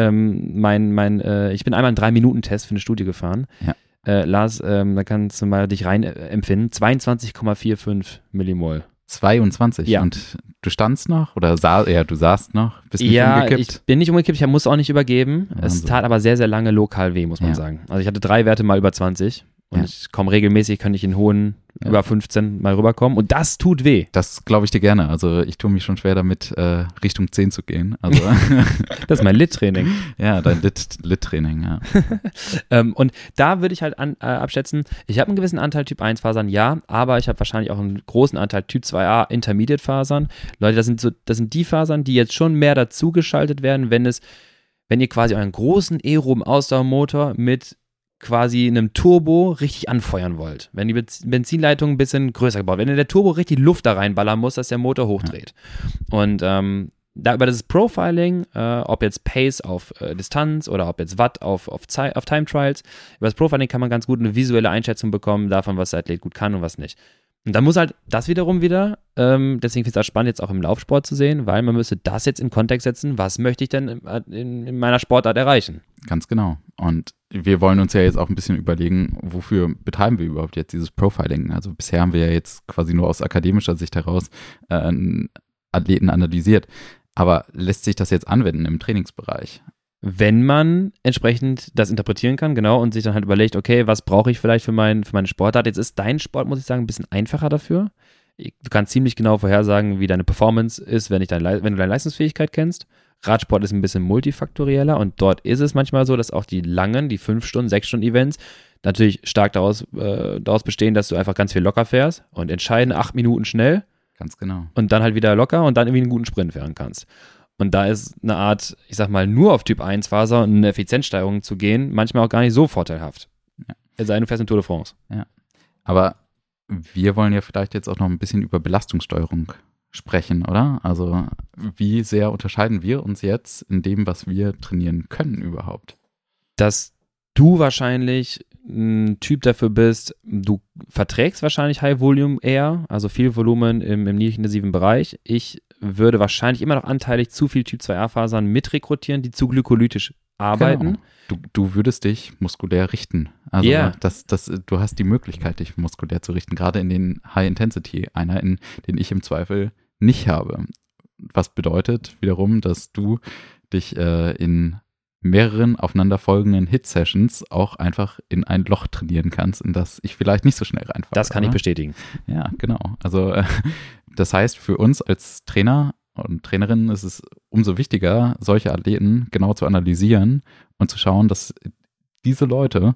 Ich bin einmal einen 3-Minuten-Test für eine Studie gefahren. Ja. Lars, da kannst du mal dich rein empfinden. 22,45 Millimol. 22? Ja. Und du standst noch? Oder du saßt noch? Bist nicht umgekippt? Ja, ich bin nicht umgekippt, ich muss auch nicht übergeben. Wahnsinn. Es tat aber sehr, sehr lange lokal weh, muss man sagen. Also ich hatte 3 Werte mal über 20. Und ich komme regelmäßig, kann ich in hohen über 15 mal rüberkommen. Und das tut weh. Das glaube ich dir gerne. Also ich tue mich schon schwer damit, Richtung 10 zu gehen. Also das ist mein Lit-Training. Ja, dein Lit-Training, ja. Und da würde ich halt abschätzen, ich habe einen gewissen Anteil Typ 1 Fasern, ja, aber ich habe wahrscheinlich auch einen großen Anteil Typ 2a Intermediate Fasern. Leute, das sind die Fasern, die jetzt schon mehr dazugeschaltet werden, wenn ihr quasi euren großen aeroben Ausdauermotor mit quasi einem Turbo richtig anfeuern wollt. Wenn die Benzinleitung ein bisschen größer gebaut wird. Wenn der Turbo richtig Luft da reinballern muss, dass der Motor hochdreht. Ja. Und da über das Profiling, ob jetzt Pace auf Distanz oder ob jetzt Watt auf Time Trials, über das Profiling kann man ganz gut eine visuelle Einschätzung bekommen davon, was der Athlet gut kann und was nicht. Und dann muss halt das wiederum wieder, deswegen finde ich das spannend, jetzt auch im Laufsport zu sehen, weil man müsste das jetzt in Kontext setzen, was möchte ich denn in meiner Sportart erreichen? Ganz genau. Und wir wollen uns ja jetzt auch ein bisschen überlegen, wofür betreiben wir überhaupt jetzt dieses Profiling? Also bisher haben wir ja jetzt quasi nur aus akademischer Sicht heraus Athleten analysiert. Aber lässt sich das jetzt anwenden im Trainingsbereich? Wenn man entsprechend das interpretieren kann, genau, und sich dann halt überlegt, okay, was brauche ich vielleicht für meine Sportart? Jetzt ist dein Sport, muss ich sagen, ein bisschen einfacher dafür. Du kannst ziemlich genau vorhersagen, wie deine Performance ist, wenn du deine Leistungsfähigkeit kennst. Radsport ist ein bisschen multifaktorieller und dort ist es manchmal so, dass auch die 5 Stunden, 6 Stunden Events natürlich stark daraus bestehen, dass du einfach ganz viel locker fährst und entscheiden 8 Minuten schnell. Ganz genau. Und dann halt wieder locker und dann irgendwie einen guten Sprint fahren kannst. Und da ist eine Art, ich sag mal, nur auf Typ 1 Faser und eine Effizienzsteigerung zu gehen, manchmal auch gar nicht so vorteilhaft. Ja. Es sei denn, du fährst in Tour de France. Ja. Aber wir wollen ja vielleicht jetzt auch noch ein bisschen über Belastungssteuerung sprechen, oder? Also wie sehr unterscheiden wir uns jetzt in dem, was wir trainieren können überhaupt? Dass du wahrscheinlich ein Typ dafür bist, du verträgst wahrscheinlich High Volume eher, also viel Volumen im nicht-intensiven Bereich. Ich würde wahrscheinlich immer noch anteilig zu viel Typ 2a-Fasern mitrekrutieren, die zu glykolytisch arbeiten. Genau. Du würdest dich muskulär richten. Also du hast die Möglichkeit, dich muskulär zu richten, gerade in den High-Intensity-Einheiten, den ich im Zweifel nicht habe. Was bedeutet wiederum, dass du dich in mehreren aufeinanderfolgenden Hit-Sessions auch einfach in ein Loch trainieren kannst, in das ich vielleicht nicht so schnell reinfahre. Das kann ich bestätigen. Ja, genau. Also das heißt, für uns als Trainer und Trainerinnen ist es umso wichtiger, solche Athleten genau zu analysieren und zu schauen, dass diese Leute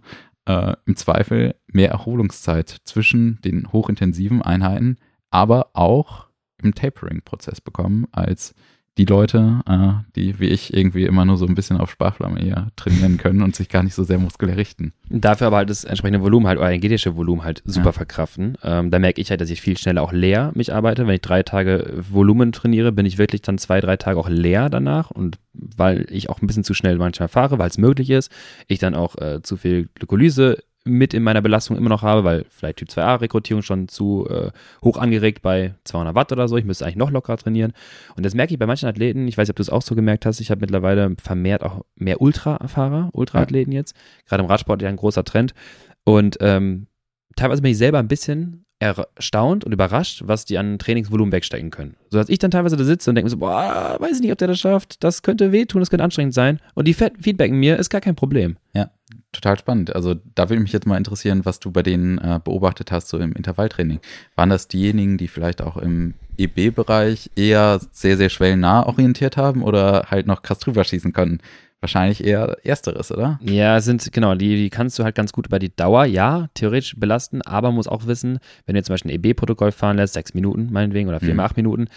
im Zweifel mehr Erholungszeit zwischen den hochintensiven Einheiten, aber auch im Tapering-Prozess bekommen, als die Leute, die wie ich irgendwie immer nur so ein bisschen auf Sparflamme eher trainieren können und sich gar nicht so sehr muskulär richten. Dafür aber halt das entsprechende Volumen halt, oder energetische Volumen halt super verkraften. Da merke ich halt, dass ich viel schneller auch leer mich arbeite. Wenn ich 3 Tage Volumen trainiere, bin ich wirklich dann 2, 3 Tage auch leer danach, und weil ich auch ein bisschen zu schnell manchmal fahre, weil es möglich ist, ich dann auch zu viel Glykolyse mit in meiner Belastung immer noch habe, weil vielleicht Typ 2a-Rekrutierung schon zu hoch angeregt bei 200 Watt oder so. Ich müsste eigentlich noch lockerer trainieren. Und das merke ich bei manchen Athleten. Ich weiß nicht, ob du es auch so gemerkt hast. Ich habe mittlerweile vermehrt auch mehr Ultra-Athleten jetzt. Gerade im Radsport ja ein großer Trend. Und teilweise bin ich selber ein bisschen erstaunt und überrascht, was die an Trainingsvolumen wegstecken können. So dass ich dann teilweise da sitze und denke mir so, boah, weiß ich nicht, ob der das schafft. Das könnte wehtun, das könnte anstrengend sein. Und die feedbacken mir, ist gar kein Problem. Ja, total spannend. Also da würde mich jetzt mal interessieren, was du bei denen beobachtet hast, so im Intervalltraining. Waren das diejenigen, die vielleicht auch im EB-Bereich eher sehr, sehr schwellennah orientiert haben oder halt noch krass drüber schießen konnten? Wahrscheinlich eher Ersteres, oder? Ja, die kannst du halt ganz gut über die Dauer, ja, theoretisch belasten, aber muss auch wissen, wenn du jetzt zum Beispiel ein EB-Protokoll fahren lässt, 6 Minuten meinetwegen oder 4 mal 8 Minuten,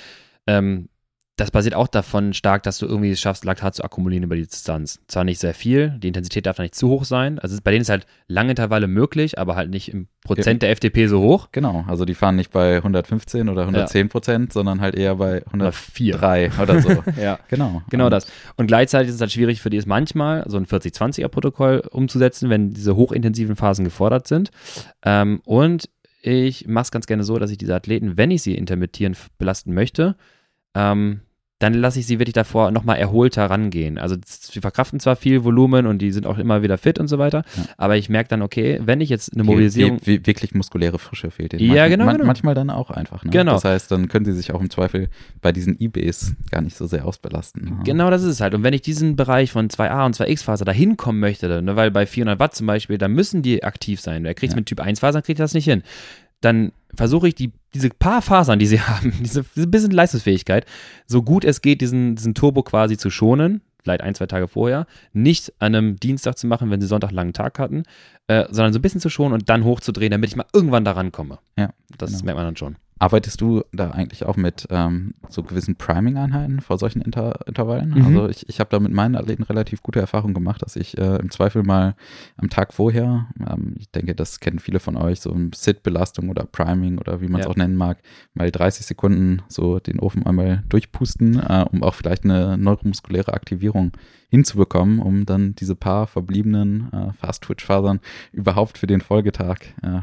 das basiert auch davon stark, dass du irgendwie es schaffst, Laktat zu akkumulieren über die Distanz. Zwar nicht sehr viel, die Intensität darf da nicht zu hoch sein. Also bei denen ist halt lange Intervalle möglich, aber halt nicht im Prozent der FDP so hoch. Genau, also die fahren nicht bei 115 oder 110%, sondern halt eher bei 103 oder so. Ja, genau. Genau das. Und gleichzeitig ist es halt schwierig für die es manchmal, so ein 40-20er-Protokoll umzusetzen, wenn diese hochintensiven Phasen gefordert sind. Und ich mache es ganz gerne so, dass ich diese Athleten, wenn ich sie intermittierend belasten möchte, dann lasse ich sie wirklich davor nochmal erholter rangehen. Also sie verkraften zwar viel Volumen und die sind auch immer wieder fit und so weiter, aber ich merke dann, okay, wenn ich jetzt eine Mobilisierung... Wirklich muskuläre Frische fehlt ihnen. Ja, genau. Manchmal dann auch einfach. Ne? Genau. Das heißt, dann können sie sich auch im Zweifel bei diesen IBs gar nicht so sehr ausbelasten. Ne? Genau, das ist es halt. Und wenn ich diesen Bereich von 2a und 2x-Faser da hinkommen möchte, ne, weil bei 400 Watt zum Beispiel, da müssen die aktiv sein. Wer kriegt es mit Typ 1-Fasern, kriegt das nicht hin. Dann versuche ich diese paar Fasern, die sie haben, diese bisschen Leistungsfähigkeit, so gut es geht, diesen Turbo quasi zu schonen, vielleicht 1, 2 Tage vorher, nicht an einem Dienstag zu machen, wenn sie Sonntag einen langen Tag hatten, sondern so ein bisschen zu schonen und dann hochzudrehen, damit ich mal irgendwann da rankomme. Ja, das merkt man dann schon. Arbeitest du da eigentlich auch mit so gewissen Priming-Einheiten vor solchen Intervallen? Also ich habe da mit meinen Athleten relativ gute Erfahrungen gemacht, dass ich im Zweifel mal am Tag vorher, ich denke, das kennen viele von euch, so Sit-Belastung oder Priming oder wie man es auch nennen mag, mal 30 Sekunden so den Ofen einmal durchpusten, um auch vielleicht eine neuromuskuläre Aktivierung hinzubekommen, um dann diese paar verbliebenen Fast-Twitch-Fasern überhaupt für den Folgetag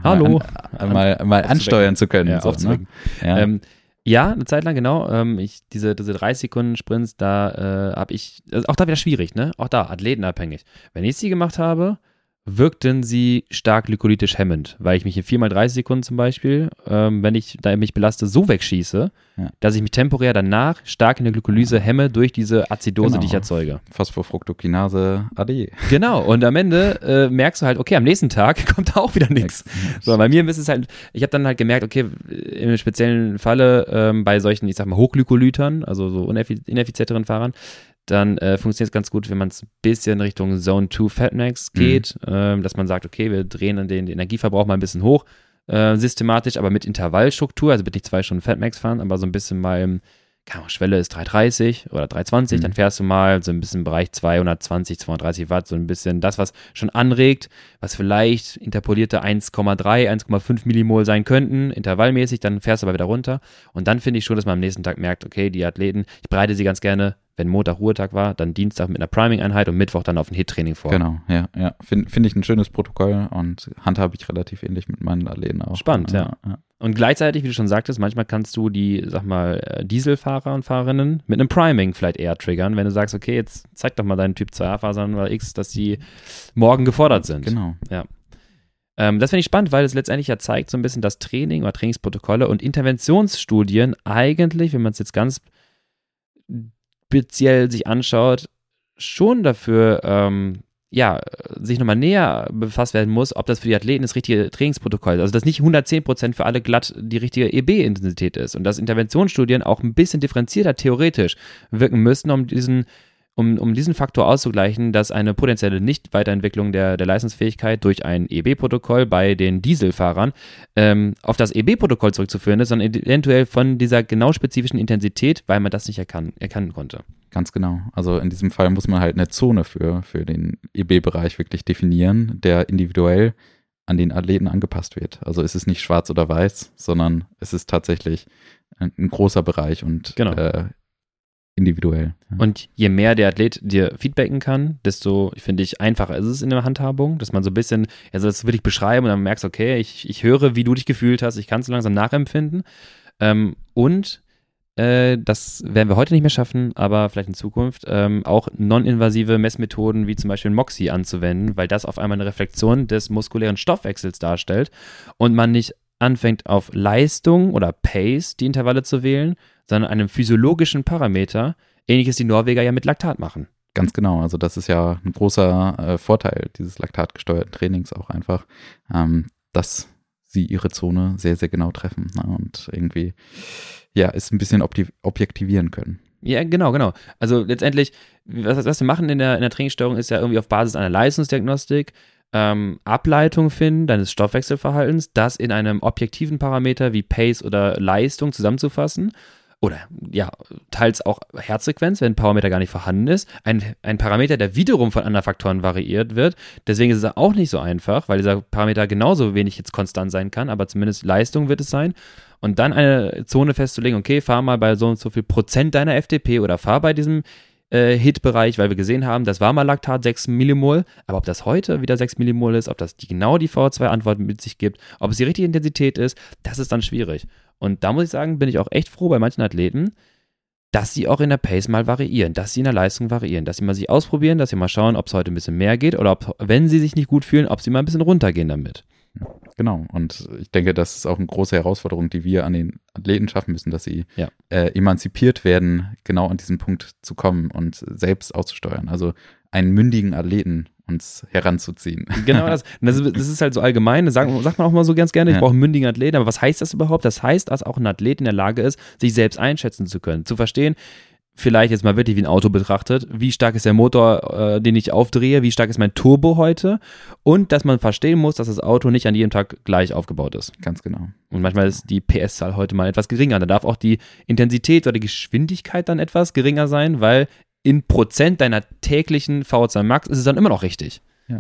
mal ansteuern zu können. Ja, so, ne? Ja, eine Zeit lang, genau. Diese 30-Sekunden-Sprints, da habe ich, auch da wieder schwierig, ne? Auch da, athletenabhängig. Wenn ich sie gemacht habe, wirkten sie stark glykolytisch hemmend, weil ich mich in 4x30 Sekunden zum Beispiel, wenn ich da mich belaste, so wegschieße, dass ich mich temporär danach stark in der Glykolyse hemme durch diese Azidose, die ich erzeuge. Phosphofructokinase AD. Genau, und am Ende merkst du halt, okay, am nächsten Tag kommt da auch wieder nichts. So, bei mir ist es halt, ich habe dann halt gemerkt, okay, im speziellen Falle bei solchen, ich sag mal, Hochglykolytern, also so ineffizienteren Fahrern, dann funktioniert es ganz gut, wenn man es ein bisschen Richtung Zone 2 Fatmax geht, dass man sagt, okay, wir drehen den Energieverbrauch mal ein bisschen hoch, systematisch, aber mit Intervallstruktur, also bitte nicht 2 Stunden Fatmax fahren, aber so ein bisschen mal, keine Ahnung, Schwelle ist 330 oder 320, dann fährst du mal so ein bisschen im Bereich 220, 230 Watt, so ein bisschen das, was schon anregt, was vielleicht interpolierte 1,3, 1,5 Millimol sein könnten, intervallmäßig, dann fährst du aber wieder runter und dann finde ich schon, dass man am nächsten Tag merkt, okay, die Athleten, ich bereite sie ganz gerne, wenn Montag Ruhetag war, dann Dienstag mit einer Priming-Einheit und Mittwoch dann auf ein HIIT-Training vor. Genau, ja. Finde ich ein schönes Protokoll und handhabe ich relativ ähnlich mit meinen Athleten auch. Spannend, ja. Und gleichzeitig, wie du schon sagtest, manchmal kannst du die, sag mal, Dieselfahrer und Fahrerinnen mit einem Priming vielleicht eher triggern, wenn du sagst, okay, jetzt zeig doch mal deinen Typ 2A-Fasern oder X, dass die morgen gefordert sind. Genau. Ja. Das finde ich spannend, weil es letztendlich ja zeigt so ein bisschen, dass Training oder Trainingsprotokolle und Interventionsstudien eigentlich, wenn man es jetzt ganz speziell sich anschaut, schon dafür, sich nochmal näher befasst werden muss, ob das für die Athleten das richtige Trainingsprotokoll ist. Also, dass nicht 110% für alle glatt die richtige EB-Intensität ist und dass Interventionsstudien auch ein bisschen differenzierter theoretisch wirken müssen, um diesen Faktor auszugleichen, dass eine potenzielle Nicht-Weiterentwicklung der Leistungsfähigkeit durch ein EB-Protokoll bei den Dieselfahrern auf das EB-Protokoll zurückzuführen ist, sondern eventuell von dieser genau spezifischen Intensität, weil man das nicht erkennen konnte. Ganz genau. Also in diesem Fall muss man halt eine Zone für den EB-Bereich wirklich definieren, der individuell an den Athleten angepasst wird. Also es ist nicht schwarz oder weiß, sondern es ist tatsächlich ein großer Bereich und individuell. Ja. Und je mehr der Athlet dir feedbacken kann, desto, finde ich, einfacher ist es in der Handhabung, dass man so ein bisschen, also das will ich beschreiben und dann merkst, okay, ich höre, wie du dich gefühlt hast, ich kann es so langsam nachempfinden. Das werden wir heute nicht mehr schaffen, aber vielleicht in Zukunft auch non-invasive Messmethoden wie zum Beispiel Moxy anzuwenden, weil das auf einmal eine Reflexion des muskulären Stoffwechsels darstellt und man nicht anfängt auf Leistung oder Pace die Intervalle zu wählen, sondern einem physiologischen Parameter, ähnliches die Norweger ja mit Laktat machen. Ganz genau, also das ist ja ein großer Vorteil dieses laktatgesteuerten Trainings auch einfach, dass sie ihre Zone sehr, sehr genau treffen, ne, und irgendwie es ein bisschen objektivieren können. Ja, genau. Also letztendlich, was wir machen in der Trainingssteuerung ist ja irgendwie auf Basis einer Leistungsdiagnostik Ableitung finden deines Stoffwechselverhaltens, das in einem objektiven Parameter wie Pace oder Leistung zusammenzufassen. Oder ja, teils auch Herzfrequenz, wenn ein Parameter gar nicht vorhanden ist. Ein Parameter, der wiederum von anderen Faktoren variiert wird. Deswegen ist es auch nicht so einfach, weil dieser Parameter genauso wenig jetzt konstant sein kann, aber zumindest Leistung wird es sein. Und dann eine Zone festzulegen, okay, fahr mal bei so und so viel Prozent deiner FTP oder fahr bei diesem Hit-Bereich, weil wir gesehen haben, das war mal Laktat 6 Millimol, aber ob das heute wieder 6 Millimol ist, ob das genau die VO2-Antwort mit sich gibt, ob es die richtige Intensität ist, das ist dann schwierig. Und da muss ich sagen, bin ich auch echt froh bei manchen Athleten, dass sie auch in der Pace mal variieren, dass sie in der Leistung variieren, dass sie mal sich ausprobieren, dass sie mal schauen, ob es heute ein bisschen mehr geht oder ob, wenn sie sich nicht gut fühlen, ob sie mal ein bisschen runtergehen damit. Genau, und ich denke, das ist auch eine große Herausforderung, die wir an den Athleten schaffen müssen, dass sie emanzipiert werden, genau an diesen Punkt zu kommen und selbst auszusteuern. Also einen mündigen Athleten uns heranzuziehen. Genau das. Das ist halt so allgemein, das sagt man auch mal so ganz gerne, ich brauche einen mündigen Athleten, aber was heißt das überhaupt? Das heißt, dass auch ein Athlet in der Lage ist, sich selbst einschätzen zu können, zu verstehen, vielleicht jetzt mal wirklich wie ein Auto betrachtet, wie stark ist der Motor, den ich aufdrehe, wie stark ist mein Turbo heute und dass man verstehen muss, dass das Auto nicht an jedem Tag gleich aufgebaut ist. Ganz genau. Und manchmal ist die PS-Zahl heute mal etwas geringer, da darf auch die Intensität oder die Geschwindigkeit dann etwas geringer sein, weil in Prozent deiner täglichen VO2 Max ist es dann immer noch richtig. Ja.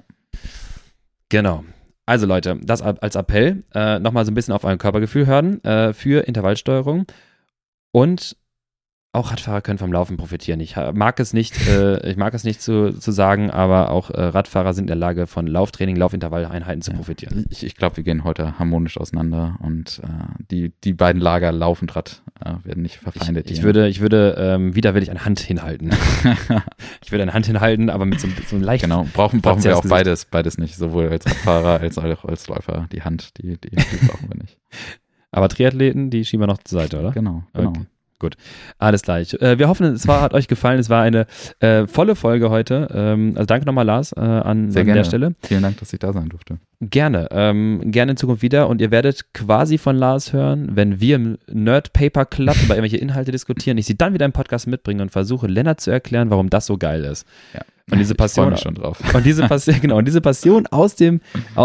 Genau. Also Leute, das als Appell, nochmal so ein bisschen auf euer Körpergefühl hören für Intervallsteuerung und auch Radfahrer können vom Laufen profitieren. Ich mag es nicht zu sagen, aber auch Radfahrer sind in der Lage, von Lauftraining, Laufintervalleinheiten zu profitieren. Ich glaube, wir gehen heute harmonisch auseinander und die beiden Lager Lauf und Rad werden nicht verfeindet. Ich würde widerwillig eine Hand hinhalten. Ich würde eine Hand hinhalten, aber mit so einem leichten... Genau, brauchen wir auch beides nicht, sowohl als Radfahrer als auch als Läufer. Die Hand, die brauchen wir nicht. Aber Triathleten, die schieben wir noch zur Seite, oder? Genau. Okay. Gut, alles klar. Wir hoffen, hat euch gefallen. Es war eine volle Folge heute. Also danke nochmal, Lars, an der Stelle. Vielen Dank, dass ich da sein durfte. Gerne. Gerne in Zukunft wieder. Und ihr werdet quasi von Lars hören, wenn wir im Nerd Paper Club über irgendwelche Inhalte diskutieren. Ich sie dann wieder im Podcast mitbringe und versuche, Lennart zu erklären, warum das so geil ist. Ja. Und diese Passion, ich freue mich schon drauf. Und diese Passion aus dem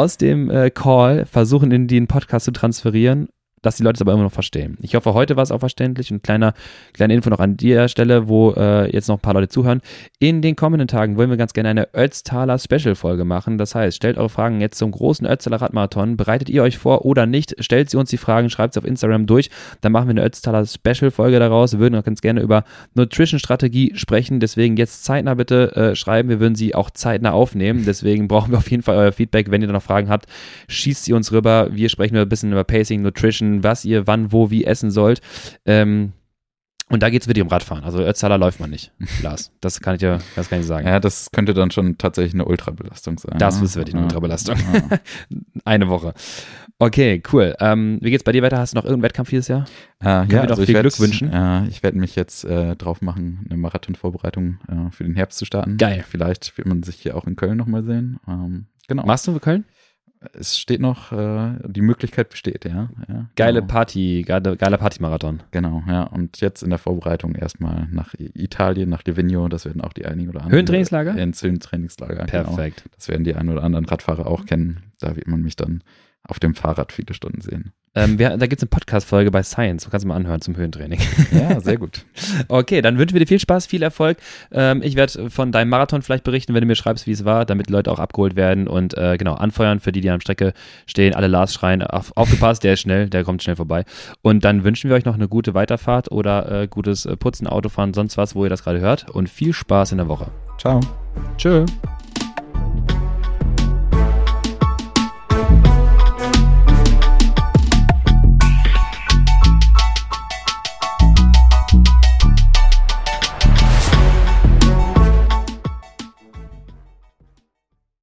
Call versuchen in den Podcast zu transferieren, dass die Leute es aber immer noch verstehen. Ich hoffe, heute war es auch verständlich und kleine Info noch an der Stelle, wo jetzt noch ein paar Leute zuhören. In den kommenden Tagen wollen wir ganz gerne eine Ötztaler Special-Folge machen. Das heißt, stellt eure Fragen jetzt zum großen Ötztaler Radmarathon. Bereitet ihr euch vor oder nicht? Stellt sie uns die Fragen, schreibt sie auf Instagram durch. Dann machen wir eine Ötztaler Special-Folge daraus. Wir würden auch ganz gerne über Nutrition-Strategie sprechen. Deswegen jetzt zeitnah bitte schreiben. Wir würden sie auch zeitnah aufnehmen. Deswegen brauchen wir auf jeden Fall euer Feedback. Wenn ihr da noch Fragen habt, schießt sie uns rüber. Wir sprechen ein bisschen über Pacing, Nutrition, was ihr wann, wo, wie essen sollt. Und da geht es wirklich um Radfahren. Also Ötztaler läuft man nicht, Lars. Das kann ich sagen. Ja, das könnte dann schon tatsächlich eine Ultrabelastung sein. Das ist wirklich eine Ultrabelastung. Eine Woche. Okay, cool. Wie geht's bei dir weiter? Hast du noch irgendeinen Wettkampf dieses Jahr? Können wir doch viel Glück wünschen. Ich werde mich jetzt drauf machen, eine Marathonvorbereitung für den Herbst zu starten. Geil. Vielleicht wird man sich hier auch in Köln nochmal sehen. Genau. Machst du für Köln? Es steht noch, die Möglichkeit besteht, ja. Geiler Partymarathon. Genau, ja. Und jetzt in der Vorbereitung erstmal nach Italien, nach Livigno, das werden auch die einigen oder anderen. Höhentrainingslager? Ins Höhentrainingslager, Perfekt. Genau. Das werden die einen oder anderen Radfahrer auch kennen. Da wird man mich dann auf dem Fahrrad viele Stunden sehen. Da gibt es eine Podcast-Folge bei Science, du kannst mal anhören zum Höhentraining. Ja, sehr gut. Okay, dann wünschen wir dir viel Spaß, viel Erfolg. Ich werde von deinem Marathon vielleicht berichten, wenn du mir schreibst, wie es war, damit die Leute auch abgeholt werden und anfeuern für die an der Strecke stehen. Alle Lars schreien, aufgepasst, der ist schnell, der kommt schnell vorbei. Und dann wünschen wir euch noch eine gute Weiterfahrt oder gutes Putzen, Autofahren, sonst was, wo ihr das gerade hört. Und viel Spaß in der Woche. Ciao. Tschö.